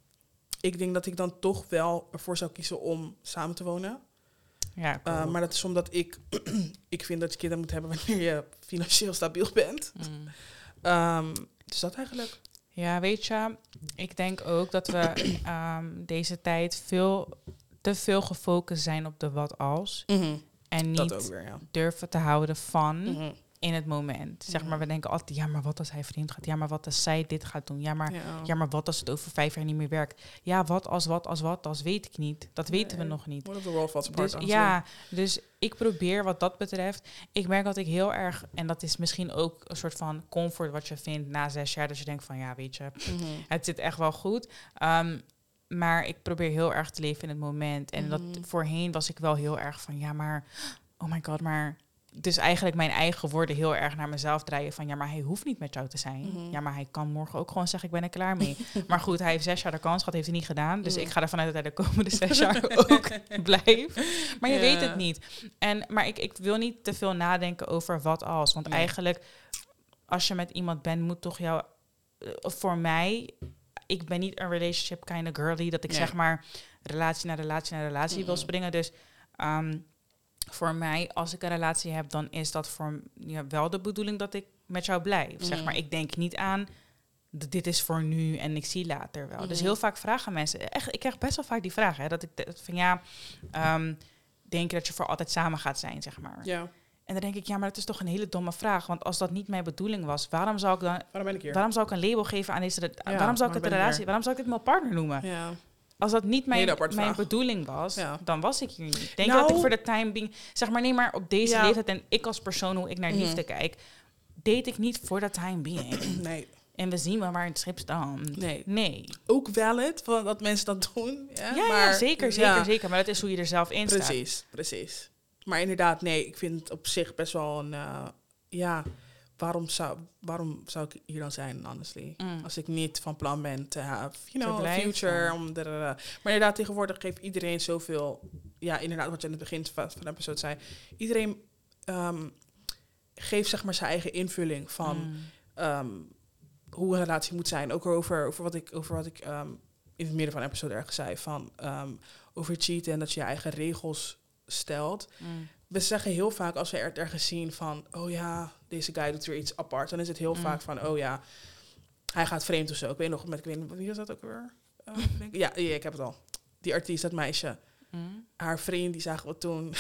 [SPEAKER 1] Ik denk dat ik dan toch wel ervoor zou kiezen om samen te wonen.
[SPEAKER 2] Ja, cool. uh,
[SPEAKER 1] maar dat is omdat ik, ik vind dat je kinderen moet hebben wanneer je financieel stabiel bent. Mm. Um, dus dat eigenlijk.
[SPEAKER 2] Ja, weet je, ik denk ook dat we um, deze tijd veel te veel gefocust zijn op de wat als.
[SPEAKER 1] Mm-hmm.
[SPEAKER 2] En niet
[SPEAKER 1] weer, ja.
[SPEAKER 2] durven te houden van
[SPEAKER 1] mm-hmm.
[SPEAKER 2] in het moment. Zeg maar, we denken altijd, ja, maar wat als hij vreemd gaat? Ja, maar wat als zij dit gaat doen? Ja, maar,
[SPEAKER 1] ja.
[SPEAKER 2] ja, maar wat als het over vijf jaar niet meer werkt? Ja, wat als, wat als, wat als, weet ik niet. Dat
[SPEAKER 1] nee,
[SPEAKER 2] weten we nog niet.
[SPEAKER 1] What if the world falls apart?
[SPEAKER 2] Dus, ja, dus ik probeer wat dat betreft. Ik merk dat ik heel erg, en dat is misschien ook een soort van comfort wat je vindt na zes jaar, dat je denkt van, ja, weet je,
[SPEAKER 1] mm-hmm.
[SPEAKER 2] het zit echt wel goed. Um, maar ik probeer heel erg te leven in het moment. En
[SPEAKER 1] mm-hmm.
[SPEAKER 2] dat voorheen was ik wel heel erg van, ja, maar, oh my god, maar dus eigenlijk mijn eigen woorden heel erg naar mezelf draaien van, ja, maar hij hoeft niet met jou te zijn.
[SPEAKER 1] Mm-hmm.
[SPEAKER 2] Ja, maar hij kan morgen ook gewoon zeggen, ik ben er klaar mee. Maar goed, hij heeft zes jaar de kans gehad, heeft hij niet gedaan. Dus mm. ik ga ervan uit dat hij de komende zes jaar ook blijft. Maar je yeah. weet het niet. En, maar ik, ik wil niet te veel nadenken over wat als. Want nee. eigenlijk, als je met iemand bent, moet toch jouw voor mij, ik ben niet een relationship kind of girly, dat ik
[SPEAKER 1] nee.
[SPEAKER 2] zeg maar relatie naar relatie naar relatie mm-hmm. wil springen. Dus um, voor mij, als ik een relatie heb, dan is dat voor ja, wel de bedoeling dat ik met jou blijf. Mm. Zeg maar, ik denk niet aan, dit is voor nu en ik zie later wel. Mm. Dus heel vaak vragen mensen, echt, ik krijg best wel vaak die vraag, hè, dat ik dat van ja, um, denk je dat je voor altijd samen gaat zijn, zeg maar.
[SPEAKER 1] Ja.
[SPEAKER 2] En dan denk ik, ja, maar dat is toch een hele domme vraag. Want als dat niet mijn bedoeling was, waarom zou ik dan,
[SPEAKER 1] waarom ben ik hier?
[SPEAKER 2] Waarom zou ik een label geven aan deze, ja, waarom zou ik het een relatie, waarom zou ik het mijn partner noemen?
[SPEAKER 1] Ja.
[SPEAKER 2] Als dat niet mijn, mijn bedoeling was, ja. dan was ik hier niet. Denk nou, dat ik voor de time being, zeg maar, nee, maar op deze ja. leeftijd en ik als persoon, hoe ik naar liefde mm. kijk, date ik niet voor de time being.
[SPEAKER 1] Nee.
[SPEAKER 2] En we zien wel waar het schip staat.
[SPEAKER 1] Nee.
[SPEAKER 2] nee.
[SPEAKER 1] Ook valid, dat mensen dat doen. Ja,
[SPEAKER 2] ja,
[SPEAKER 1] maar,
[SPEAKER 2] ja zeker, zeker, ja. zeker. Maar dat is hoe je er zelf in staat.
[SPEAKER 1] Precies, precies. Maar inderdaad, nee, ik vind het op zich best wel een, uh, ja... Waarom zou, waarom zou ik hier dan zijn, honestly? Mm. Als ik niet van plan ben te have, you know, a future. Om de, uh, maar inderdaad, tegenwoordig geeft iedereen zoveel... Ja, inderdaad, wat je in het begin van de episode zei. Iedereen um, geeft, zeg maar, zijn eigen invulling van mm. um, hoe een relatie moet zijn. Ook over, over wat ik, over wat ik um, in het midden van de episode ergens zei. Van um, over cheaten en dat je je eigen regels stelt. Mm. We zeggen heel vaak, als we er ergens zien van... oh ja, deze guy doet weer iets apart. Dan is het heel mm. vaak van, oh ja, hij gaat vreemd of zo. Ik weet nog, met, ik weet niet, wie was dat ook weer? Uh, denk ik. Ja, ja, ik heb het al. Die artiest, dat meisje. Mm. Haar vriend, die zagen we toen...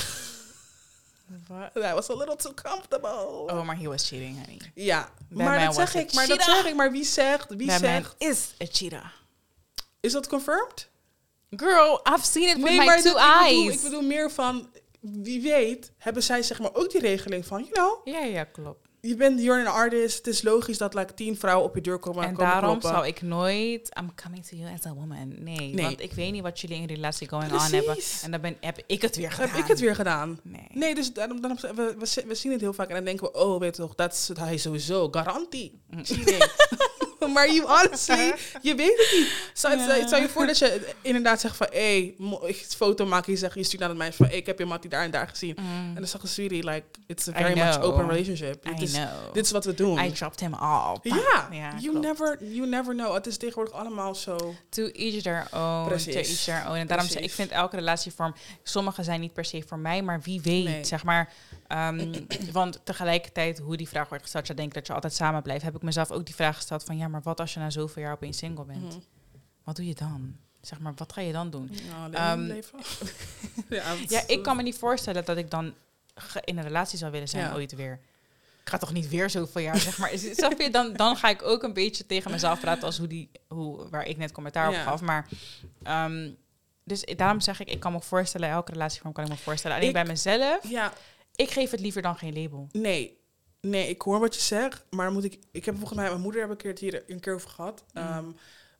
[SPEAKER 1] Hij was a little too comfortable.
[SPEAKER 2] Oh, maar he was cheating, honey.
[SPEAKER 1] Ja, That maar dat zeg ik. Maar dat zeg ik. Maar wie zegt, wie
[SPEAKER 2] That
[SPEAKER 1] zegt...
[SPEAKER 2] man is a cheater.
[SPEAKER 1] Is dat confirmed?
[SPEAKER 2] Girl, I've seen it with
[SPEAKER 1] nee,
[SPEAKER 2] my
[SPEAKER 1] maar
[SPEAKER 2] two
[SPEAKER 1] dat,
[SPEAKER 2] eyes.
[SPEAKER 1] Ik bedoel, ik bedoel meer van... Wie weet, hebben zij zeg maar ook die regeling van, you know...
[SPEAKER 2] Ja, ja, klopt.
[SPEAKER 1] Je bent, you're an artist. Het is logisch dat like tien vrouwen op je deur komen.
[SPEAKER 2] En
[SPEAKER 1] komen
[SPEAKER 2] daarom
[SPEAKER 1] kloppen.
[SPEAKER 2] zou ik nooit... I'm coming to you as a woman. Nee, nee. Want ik weet niet wat jullie in relatie going Precies. on hebben. En dan ben, heb ik het weer gedaan.
[SPEAKER 1] Heb ik het weer gedaan.
[SPEAKER 2] Nee.
[SPEAKER 1] Nee, dus dan, dan, we, we, we zien het heel vaak. En dan denken we, oh, weet je toch, dat is hij sowieso. Garantie. Cheating. Maar you honestly, je weet het niet. Stel ja. je voor dat je inderdaad zegt van... hé, hey, ik foto maken. Je zegt, je stuurt naar het meisje van... hey, ik heb je mattie daar en daar gezien. Mm. En dan zeg je, sweetie, like, it's a very much open relationship.
[SPEAKER 2] I
[SPEAKER 1] dit, is,
[SPEAKER 2] know.
[SPEAKER 1] dit is wat we doen.
[SPEAKER 2] I dropped him off.
[SPEAKER 1] Ja,
[SPEAKER 2] ja
[SPEAKER 1] you, never, you never know. Het is tegenwoordig allemaal zo...
[SPEAKER 2] To each their own.
[SPEAKER 1] Precies.
[SPEAKER 2] To each their own. En daarom zeg ik vind elke relatievorm... Sommige zijn niet per se voor mij, maar wie weet, nee. zeg maar... Um, want tegelijkertijd, hoe die vraag wordt gesteld... je denkt dat je altijd samen blijft... heb ik mezelf ook die vraag gesteld van... ja, maar wat als je na zoveel jaar opeens single bent? Mm-hmm. Wat doe je dan? Zeg maar, wat ga je dan doen?
[SPEAKER 1] Nou, um, leven.
[SPEAKER 2] ja, ja, ik kan me niet voorstellen dat ik dan in een relatie zou willen zijn ja. ooit weer. Ik ga toch niet weer zoveel jaar, zeg maar. Snap je? Dan, dan ga ik ook een beetje tegen mezelf praten... als hoe die, hoe, waar ik net commentaar ja. op gaf. Maar... Um, dus daarom zeg ik, ik kan me voorstellen... elke relatievorm kan ik me voorstellen. Alleen ik, bij mezelf...
[SPEAKER 1] Ja.
[SPEAKER 2] Ik geef het liever dan geen label.
[SPEAKER 1] Nee, nee, ik hoor wat je zegt, maar moet ik... Ik heb volgens mij, mijn moeder heb ik het hier een keer over gehad. Mm. Um,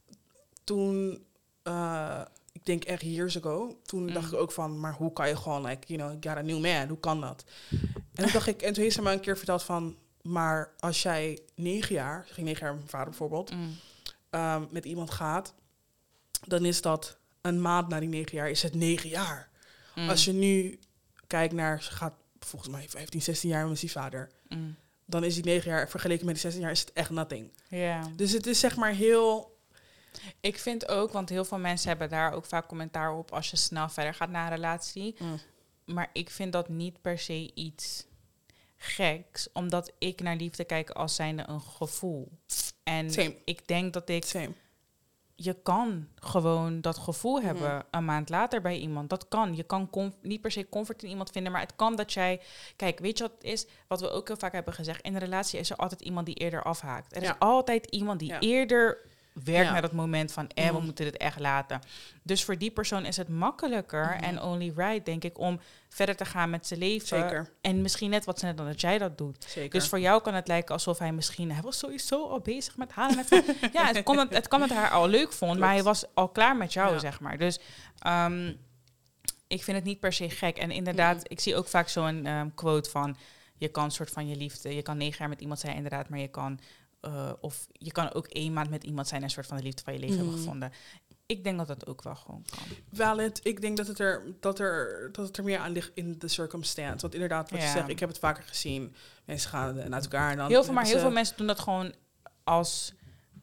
[SPEAKER 1] toen, uh, ik denk echt years ago, toen mm. dacht ik ook van, maar hoe kan je gewoon, like, you know, got a new man, hoe kan dat? En toen dacht ik, en toen heeft ze mij een keer verteld van, maar als jij negen jaar, ging negen jaar met mijn vader bijvoorbeeld, mm. um, met iemand gaat, dan is dat een maand na die negen jaar, is het negen jaar. Mm. Als je nu kijkt naar, ze gaat volgens mij vijftien, zestien jaar met zijn vader. Mm. Dan is die negen jaar, vergeleken met die zestien jaar, is het echt nothing.
[SPEAKER 2] Yeah.
[SPEAKER 1] Dus het is zeg maar heel...
[SPEAKER 2] Ik vind ook, want heel veel mensen hebben daar ook vaak commentaar op... als je snel verder gaat naar een relatie. Mm. Maar ik vind dat niet per se iets geks... omdat ik naar liefde kijk als zijnde een gevoel. En
[SPEAKER 1] Same.
[SPEAKER 2] ik denk dat ik...
[SPEAKER 1] Same.
[SPEAKER 2] Je kan gewoon dat gevoel mm-hmm. hebben een maand later bij iemand. Dat kan. Je kan comf- niet per se comfort in iemand vinden, maar het kan dat jij... Kijk, weet je wat het is? Wat we ook heel vaak hebben gezegd. In een relatie is er altijd iemand die eerder afhaakt. Er ja. is altijd iemand die ja. eerder werkt ja. naar dat moment van... eh, mm. we moeten dit echt laten. Dus voor die persoon is het makkelijker en mm. only right, denk ik... om verder te gaan met zijn leven.
[SPEAKER 1] Zeker.
[SPEAKER 2] En misschien net wat sneller dan dat jij dat doet.
[SPEAKER 1] Zeker.
[SPEAKER 2] Dus voor jou kan het lijken alsof hij misschien... Hij was sowieso al bezig met halen. Met ja, het kon, het, het kan dat hij haar al leuk vond, maar hij was al klaar met jou, ja. zeg maar. Dus um, ik vind het niet per se gek. En inderdaad, mm. ik zie ook vaak zo'n um, quote van... je kan soort van je liefde... je kan negen jaar met iemand zijn, inderdaad, maar je kan... Uh, of je kan ook één maand met iemand zijn... en een soort van de liefde van je leven mm. hebben gevonden. Ik denk dat dat ook wel gewoon kan.
[SPEAKER 1] Valid. Ik denk dat het er, dat er, dat het er meer aan ligt in de circumstance. Want inderdaad, wat ja. je zegt, ik heb het vaker gezien. Mensen gaan uit elkaar en dan...
[SPEAKER 2] Heel veel, maar
[SPEAKER 1] ze...
[SPEAKER 2] heel veel mensen doen dat gewoon als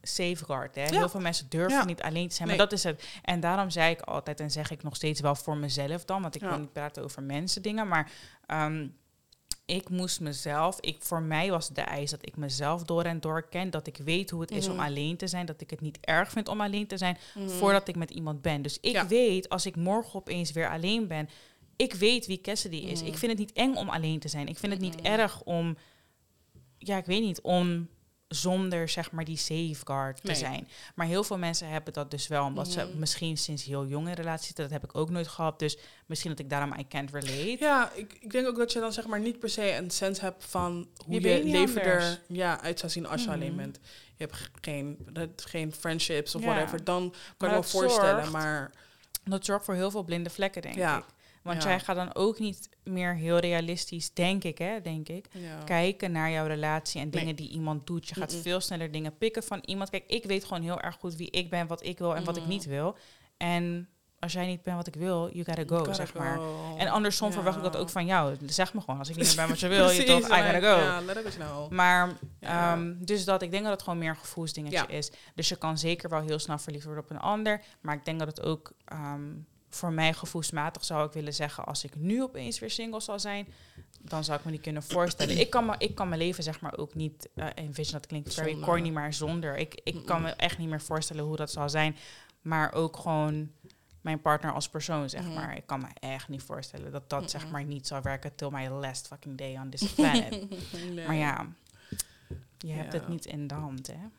[SPEAKER 2] safeguard. Hè? Ja. Heel veel mensen durven ja. niet alleen te zijn, nee. maar dat is het. En daarom zei ik altijd, en zeg ik nog steeds wel voor mezelf dan, want ik ja. wil niet praten over mensen dingen, maar um, ik moest mezelf, ik, voor mij was de eis dat ik mezelf door en door ken, dat ik weet hoe het is mm-hmm. om alleen te zijn, dat ik het niet erg vind om alleen te zijn, mm-hmm. voordat ik met iemand ben. Dus ik ja. weet, als ik morgen opeens weer alleen ben, ik weet wie Cassidy is. Mm-hmm. Ik vind het niet eng om alleen te zijn. Ik vind het niet mm-hmm. erg om, ja, ik weet niet, om zonder, zeg maar, die safeguard te nee. zijn. Maar heel veel mensen hebben dat dus wel, omdat mm-hmm. ze misschien sinds heel jong in relatie zitten. Dat heb ik ook nooit gehad, dus misschien dat ik daarom I can't relate.
[SPEAKER 1] Ja, ik, ik denk ook dat je dan, zeg maar, niet per se een sens hebt van hoe je, je leven er ja, uit zou zien als je mm-hmm. alleen bent. Je hebt geen, geen friendships of ja. whatever. Dan kan je me voorstellen, zorgt, maar
[SPEAKER 2] dat zorgt voor heel veel blinde vlekken, denk ja. ik. Want ja. jij gaat dan ook niet meer heel realistisch, denk ik, hè, denk ik, ja. kijken naar jouw relatie en dingen nee. die iemand doet. Je gaat Mm-mm. veel sneller dingen pikken van iemand. Kijk, ik weet gewoon heel erg goed wie ik ben, wat ik wil en mm. wat ik niet wil. En als jij niet bent wat ik wil, you gotta go, you gotta zeg go. maar. En andersom ja. verwacht ik dat ook van jou. Zeg me gewoon, als ik niet meer ben wat je wil, je toch, I gotta go.
[SPEAKER 1] Ja, let us know.
[SPEAKER 2] Maar, ja. um, dus dat, ik denk dat het gewoon meer een gevoelsdingetje ja. is. Dus je kan zeker wel heel snel verliefd worden op een ander, maar ik denk dat het ook Um, voor mij gevoelsmatig zou ik willen zeggen, als ik nu opeens weer single zou zijn, dan zou ik me niet kunnen voorstellen. Ik kan, me, ik kan mijn leven, zeg maar, ook niet uh, envision, dat klinkt very zonder. corny, maar zonder. Ik, ik kan me echt niet meer voorstellen hoe dat zal zijn. Maar ook gewoon mijn partner als persoon, zeg mm-hmm. maar. Ik kan me echt niet voorstellen dat dat, mm-hmm. zeg maar, niet zou werken till my last fucking day on this planet. Nee. Maar ja, je hebt ja. het niet in de hand, hè?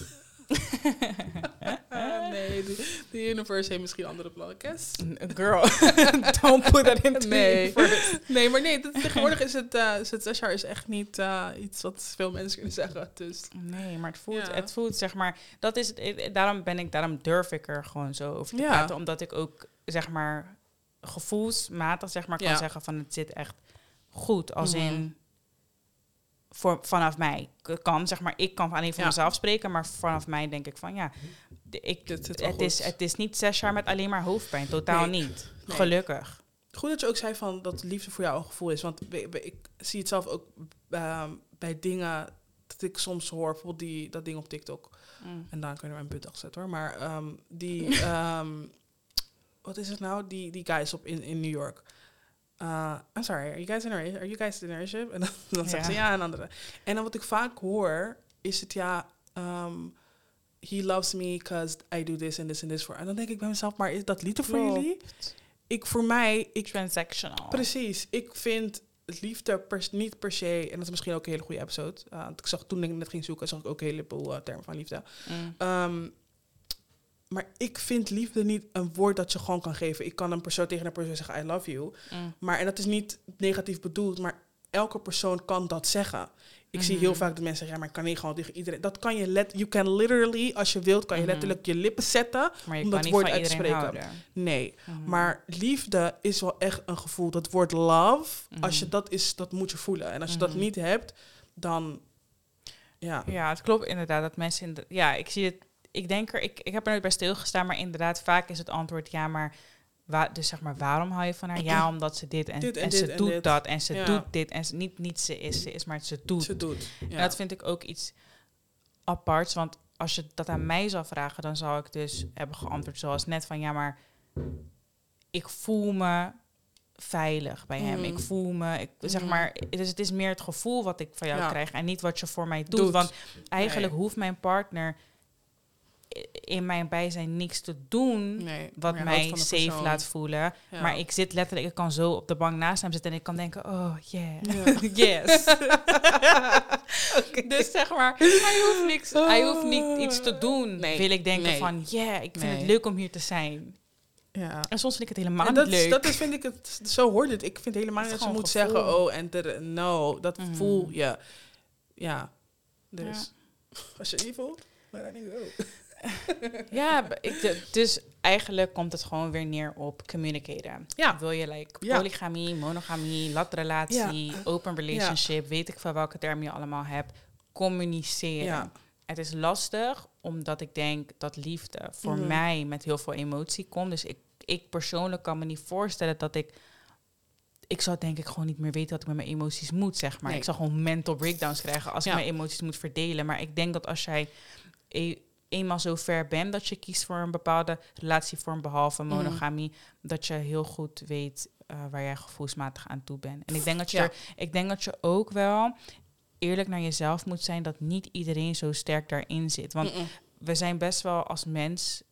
[SPEAKER 1] uh, nee, de universe heeft misschien andere plannen.
[SPEAKER 2] Girl, don't put that in the
[SPEAKER 1] nee.
[SPEAKER 2] universe.
[SPEAKER 1] Nee, maar nee, dat, tegenwoordig is het, uh, is het zes jaar is echt niet uh, iets wat veel mensen kunnen zeggen. Dus.
[SPEAKER 2] Nee, maar het voelt, ja. het voelt, zeg maar, dat is het, daarom ben ik, daarom durf ik er gewoon zo over te ja. praten, omdat ik ook, zeg maar, gevoelsmatig, zeg maar, kan ja. zeggen van het zit echt goed, als mm-hmm. in Voor, vanaf mij kan, zeg maar, ik kan alleen voor ja. mezelf spreken, maar vanaf mij denk ik van ja, de, ik, het, het, is, het is niet zes jaar met alleen maar hoofdpijn, totaal nee. niet. Nee. Gelukkig.
[SPEAKER 1] Goed dat je ook zei van dat liefde voor jou een gevoel is, want ik zie het zelf ook uh, bij dingen dat ik soms hoor, bijvoorbeeld die, dat ding op TikTok, mm. en dan kunnen we een punt afzetten hoor, maar um, die, um, wat is het nou, die, die guys op in, in New York. Uh, I'm sorry, are you guys in a are you guys in a relationship? En dan, dan ja. zeggen ze ja en andere. En dan wat ik vaak hoor, is het ja, um, he loves me because I do this en this en this voor. En dan denk ik bij mezelf, maar is dat liefde voor Klopt. jullie? Ik voor mij, ik
[SPEAKER 2] transactional.
[SPEAKER 1] Precies, ik vind liefde per, niet per se, en dat is misschien ook een hele goede episode. Uh, ik zag toen ik net ging zoeken, zag ik ook een heleboel uh, termen van liefde. Mm. Um, Maar ik vind liefde niet een woord dat je gewoon kan geven. Ik kan een persoon tegen een persoon zeggen, I love you. Mm. Maar, en dat is niet negatief bedoeld, maar elke persoon kan dat zeggen. Ik mm-hmm. zie heel vaak dat mensen zeggen, ja, maar ik kan niet gewoon tegen iedereen. Dat kan je, let, you can literally, als je wilt, kan je mm-hmm. letterlijk je lippen zetten om dat woord uit te spreken. Houden. Nee, mm-hmm. maar liefde is wel echt een gevoel. Dat woord love, mm-hmm. als je dat is, dat moet je voelen. En als je mm-hmm. dat niet hebt, dan, ja.
[SPEAKER 2] Ja, het klopt inderdaad dat mensen, in de, ja, ik zie het, Ik denk er, ik, ik heb er nooit bij stilgestaan, maar inderdaad, vaak is het antwoord ja, maar wa- dus zeg maar, waarom hou je van haar? Ja, omdat ze dit en, dit en, en dit ze en doet dit. dat en ze ja. doet dit en ze, niet, niet ze is, ze is, maar ze doet.
[SPEAKER 1] Ze doet. Ja.
[SPEAKER 2] En dat vind ik ook iets aparts, want als je dat aan mij zou vragen, dan zou ik dus hebben geantwoord zoals net van ja, maar ik voel me veilig bij hem. Mm. Ik voel me, ik, zeg mm. maar, dus het is meer het gevoel wat ik van jou ja. krijg en niet wat je voor mij doet. doet. Want eigenlijk nee. hoeft mijn partner in mijn bijzijn niks te doen nee, wat mij safe persoon. laat voelen. Ja. Maar ik zit letterlijk, ik kan zo op de bank naast hem zitten en ik kan denken, oh yeah, ja. yes. Okay. Dus zeg maar, hij hoeft niks, hij hoeft niet iets te doen. Nee, wil ik denken nee. van, yeah, ik vind nee. het leuk om hier te zijn.
[SPEAKER 1] Ja.
[SPEAKER 2] En soms vind ik het helemaal
[SPEAKER 1] en
[SPEAKER 2] niet
[SPEAKER 1] dat,
[SPEAKER 2] leuk.
[SPEAKER 1] Dat is, vind ik het, zo hoort het. Ik vind helemaal niet dat ze moet gevoel. zeggen, oh, en de, no, dat mm. voel je. Ja, dus ja. als je niet voelt, maar dan niet zo.
[SPEAKER 2] Ja, ik de, dus eigenlijk komt het gewoon weer neer op communiceren. Ja. Wil je like ja. polygamie, monogamie, latrelatie, ja. open relationship, ja. weet ik van welke term je allemaal hebt, communiceren. Ja. Het is lastig, omdat ik denk dat liefde voor mm. mij met heel veel emotie komt. Dus ik, ik persoonlijk kan me niet voorstellen dat ik... Ik zou denk ik gewoon niet meer weten wat ik met mijn emoties moet, zeg maar. Nee. Ik zou gewoon mental breakdowns krijgen als ja. ik mijn emoties moet verdelen. Maar ik denk dat als jij... E- eenmaal zo ver bent dat je kiest voor een bepaalde relatievorm, behalve monogamie, mm. dat je heel goed weet uh, waar jij gevoelsmatig aan toe bent. En ik denk dat je, ja. er, ik denk dat je ook wel eerlijk naar jezelf moet zijn dat niet iedereen zo sterk daarin zit. Want Mm-mm. we zijn best wel als mens,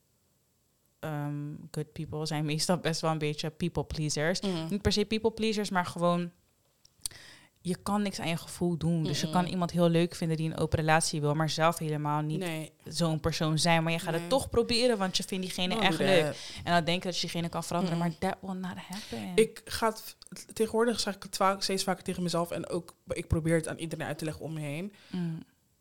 [SPEAKER 2] um, good people, zijn meestal best wel een beetje people pleasers. Mm. Niet per se people pleasers, maar gewoon, je kan niks aan je gevoel doen. Mm-mm. Dus je kan iemand heel leuk vinden die een open relatie wil, maar zelf helemaal niet nee. zo'n persoon zijn. Maar je gaat nee. het toch proberen, want je vindt diegene no, echt leuk. That. En dan denk je dat je diegene kan veranderen, mm. maar that will not happen.
[SPEAKER 1] Ik ga het, tegenwoordig zeg ik het vaak, steeds vaker tegen mezelf en ook, ik probeer het aan iedereen uit te leggen om me heen. Mm.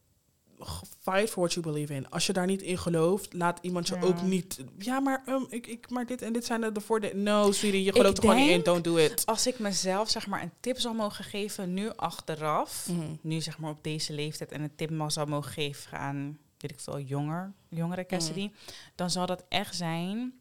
[SPEAKER 1] Fight for what you believe in. Als je daar niet in gelooft, laat iemand je ja. ook niet... Ja, maar, um, ik, ik, maar dit en dit zijn de voordelen. No, sweetie, je gelooft er gewoon niet in. Don't do it.
[SPEAKER 2] Als ik mezelf zeg maar een tip zou mogen geven, nu achteraf, mm-hmm. nu zeg maar op deze leeftijd en een tip zou mogen geven aan, weet ik veel, jonger, jongere Cassidy, mm. dan zal dat echt zijn,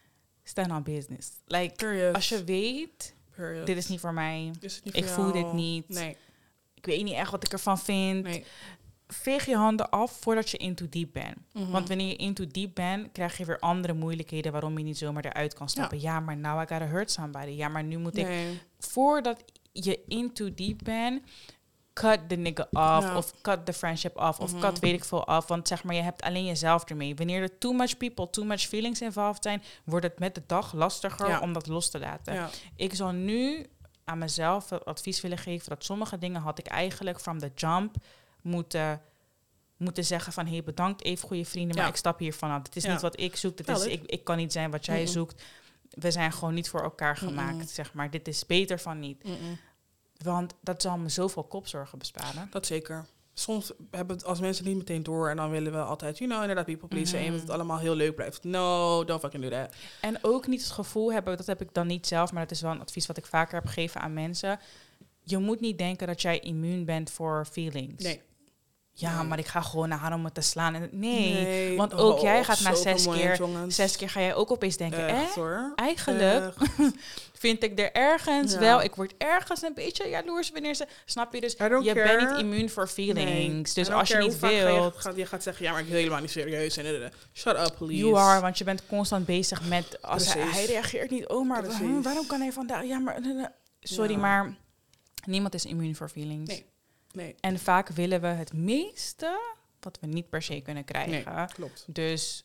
[SPEAKER 2] stand on business. Like, Period. Als je weet, Period. dit is niet voor mij, is niet voor ik jou? voel dit niet,
[SPEAKER 1] nee.
[SPEAKER 2] ik weet niet echt wat ik ervan vind.
[SPEAKER 1] Nee.
[SPEAKER 2] Veeg je handen af voordat je into deep bent. Mm-hmm. Want wanneer je into deep bent, krijg je weer andere moeilijkheden waarom je niet zomaar eruit kan stappen. Ja, ja maar now I gotta hurt somebody. Ja, maar nu moet nee. ik... Voordat je into deep bent, cut the nigga off. Ja. Of cut the friendship off. Mm-hmm. Of cut weet ik veel af. Want zeg maar, je hebt alleen jezelf ermee. Wanneer er too much people, too much feelings involved zijn, wordt het met de dag lastiger ja. om dat los te laten. Ja. Ik zal nu aan mezelf advies willen geven dat sommige dingen had ik eigenlijk from the jump moeten, moeten zeggen van, hey, bedankt even goede vrienden, maar ja. ik stap hier vanaf. Het is ja. niet wat ik zoek, dit is, ik, ik kan niet zijn wat jij Mm-mm. zoekt. We zijn gewoon niet voor elkaar gemaakt, Mm-mm. zeg maar. Dit is beter van niet. Mm-mm. Want dat zal me zoveel kopzorgen besparen.
[SPEAKER 1] Dat zeker. Soms hebben het als mensen niet meteen door en dan willen we altijd, you know, inderdaad people pleasen mm-hmm. en dat het allemaal heel leuk blijft. No, don't fucking do that.
[SPEAKER 2] En ook niet het gevoel hebben, dat heb ik dan niet zelf, maar dat is wel een advies wat ik vaker heb gegeven aan mensen. Je moet niet denken dat jij immuun bent voor feelings.
[SPEAKER 1] Nee.
[SPEAKER 2] Ja, nee. maar ik ga gewoon naar haar om me te slaan. Nee, nee. want ook oh, jij gaat na zes keer... Jongens. Zes keer ga jij ook opeens denken... Echt, eh, hoor. Eigenlijk vind ik er ergens ja. wel... Ik word ergens een beetje jaloers wanneer ze... Snap je? Dus je care. bent niet immuun voor feelings. Nee. Dus als je niet wilt...
[SPEAKER 1] Je gaat, je gaat zeggen... Ja, maar ik wil helemaal niet serieus. En, shut up, please.
[SPEAKER 2] You are, want je bent constant bezig met... Als hij, hij reageert niet... Oh, maar waarom, waarom kan hij vandaag... Ja, maar... Sorry, ja. maar... Niemand is immuun voor feelings.
[SPEAKER 1] Nee. Nee.
[SPEAKER 2] En vaak willen we het meeste wat we niet per se kunnen krijgen.
[SPEAKER 1] Nee, klopt.
[SPEAKER 2] Dus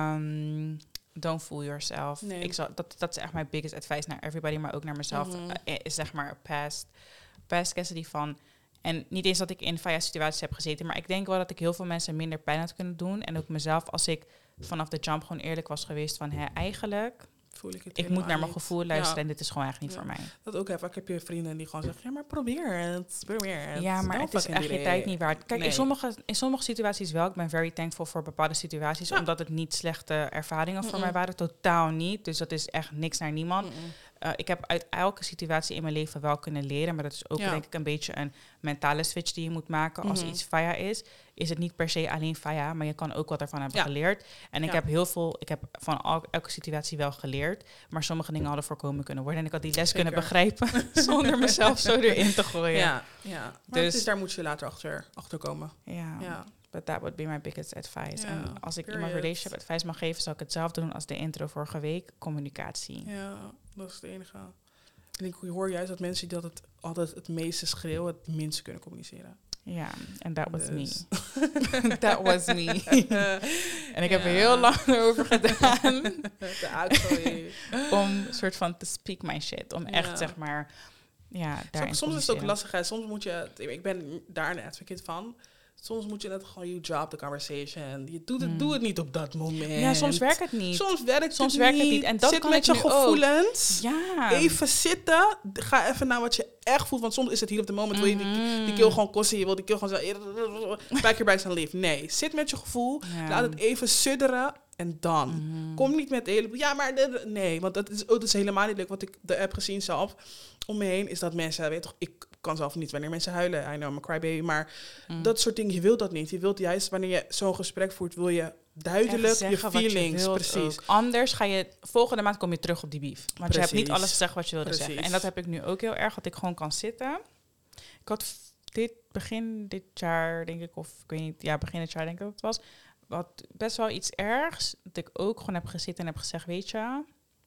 [SPEAKER 2] um, don't fool yourself. Nee. Ik zal, dat, dat is echt mijn biggest advice naar everybody, maar ook naar mezelf. Mm-hmm. Uh, is zeg maar past, past Cassidy van... En niet eens dat ik in via situaties heb gezeten, maar ik denk wel dat ik heel veel mensen minder pijn had kunnen doen. En ook mezelf, als ik vanaf de jump gewoon eerlijk was geweest van... Hè, eigenlijk...
[SPEAKER 1] Voel ik het
[SPEAKER 2] ik moet naar mijn gevoel luisteren ja. en dit is gewoon eigenlijk niet ja. voor mij.
[SPEAKER 1] Dat ook even. Ik heb je vrienden die gewoon zeggen, ja, maar probeer het, probeer het.
[SPEAKER 2] Ja, maar het is echt je tijd niet waard. Kijk, nee. in, sommige, in sommige situaties wel. Ik ben very thankful voor bepaalde situaties, ja. omdat het niet slechte ervaringen Mm-mm. voor mij waren. Totaal niet. Dus dat is echt niks naar niemand. Uh, ik heb uit elke situatie in mijn leven wel kunnen leren, maar dat is ook ja. denk ik een beetje een mentale switch die je moet maken. Als mm-hmm. iets faya is, is het niet per se alleen faya, maar je kan ook wat ervan hebben ja. geleerd. En ik ja. heb heel veel, ik heb van al, elke situatie wel geleerd, maar sommige dingen hadden voorkomen kunnen worden. En ik had die les Zeker. kunnen begrijpen zonder mezelf zo erin te gooien.
[SPEAKER 1] Ja, ja. Dus, dus daar moet je later achter, achter komen.
[SPEAKER 2] Ja. ja. But that would be my biggest advice. Ja, en als ik iemand relationship advice mag geven, zou ik hetzelfde doen als de intro vorige week. Communicatie.
[SPEAKER 1] Ja, dat is het enige. En ik hoor juist dat mensen die dat het altijd het meeste schreeuwen, het minste kunnen communiceren.
[SPEAKER 2] Ja, en that was dus. me. That was me. En ik ja. heb er heel lang over gedaan.
[SPEAKER 1] De uitgooi.
[SPEAKER 2] Om een soort van te speak my shit. Om echt, ja. zeg maar, ja, daarin
[SPEAKER 1] Soms is het ook lastig. Hè. Soms moet je, ik ben daar een advocate van. Soms moet je net gewoon, you drop the conversation. Je doet het, mm. doe het niet op dat moment.
[SPEAKER 2] Ja, soms werkt het niet.
[SPEAKER 1] Soms werkt
[SPEAKER 2] soms
[SPEAKER 1] het
[SPEAKER 2] werkt
[SPEAKER 1] niet.
[SPEAKER 2] Het niet. En dat
[SPEAKER 1] Zit
[SPEAKER 2] kan
[SPEAKER 1] met
[SPEAKER 2] ik
[SPEAKER 1] je gevoelens.
[SPEAKER 2] Ja.
[SPEAKER 1] Even zitten. Ga even naar wat je echt voelt. Want soms is het hier op de moment. Mm-hmm. Wil je die, die keel gewoon kosten. Je wil die keel gewoon zo... Back your back and leave. Nee, zit met je gevoel. Ja. Laat het even sudderen. En dan. Mm-hmm. Kom niet met de hele... Ja, maar... Nee, want dat is, oh, dat is helemaal niet leuk. Wat ik heb gezien zelf om me heen, is dat mensen... Weet toch, ik kan zelf niet wanneer mensen huilen. I know, I'm a crybaby. Maar mm. dat soort dingen, je wilt dat niet. Je wilt juist, wanneer je zo'n gesprek voert, wil je duidelijk je feelings.
[SPEAKER 2] Je
[SPEAKER 1] precies.
[SPEAKER 2] Ook. Anders ga je... Volgende maand kom je terug op die beef. Want precies. je hebt niet alles gezegd wat je wilde precies. zeggen. En dat heb ik nu ook heel erg, dat ik gewoon kan zitten. Ik had dit begin dit jaar, denk ik, of ik weet niet, ja, begin dit jaar denk ik dat het was... wat best wel iets ergs. Dat ik ook gewoon heb gezeten en heb gezegd, weet je...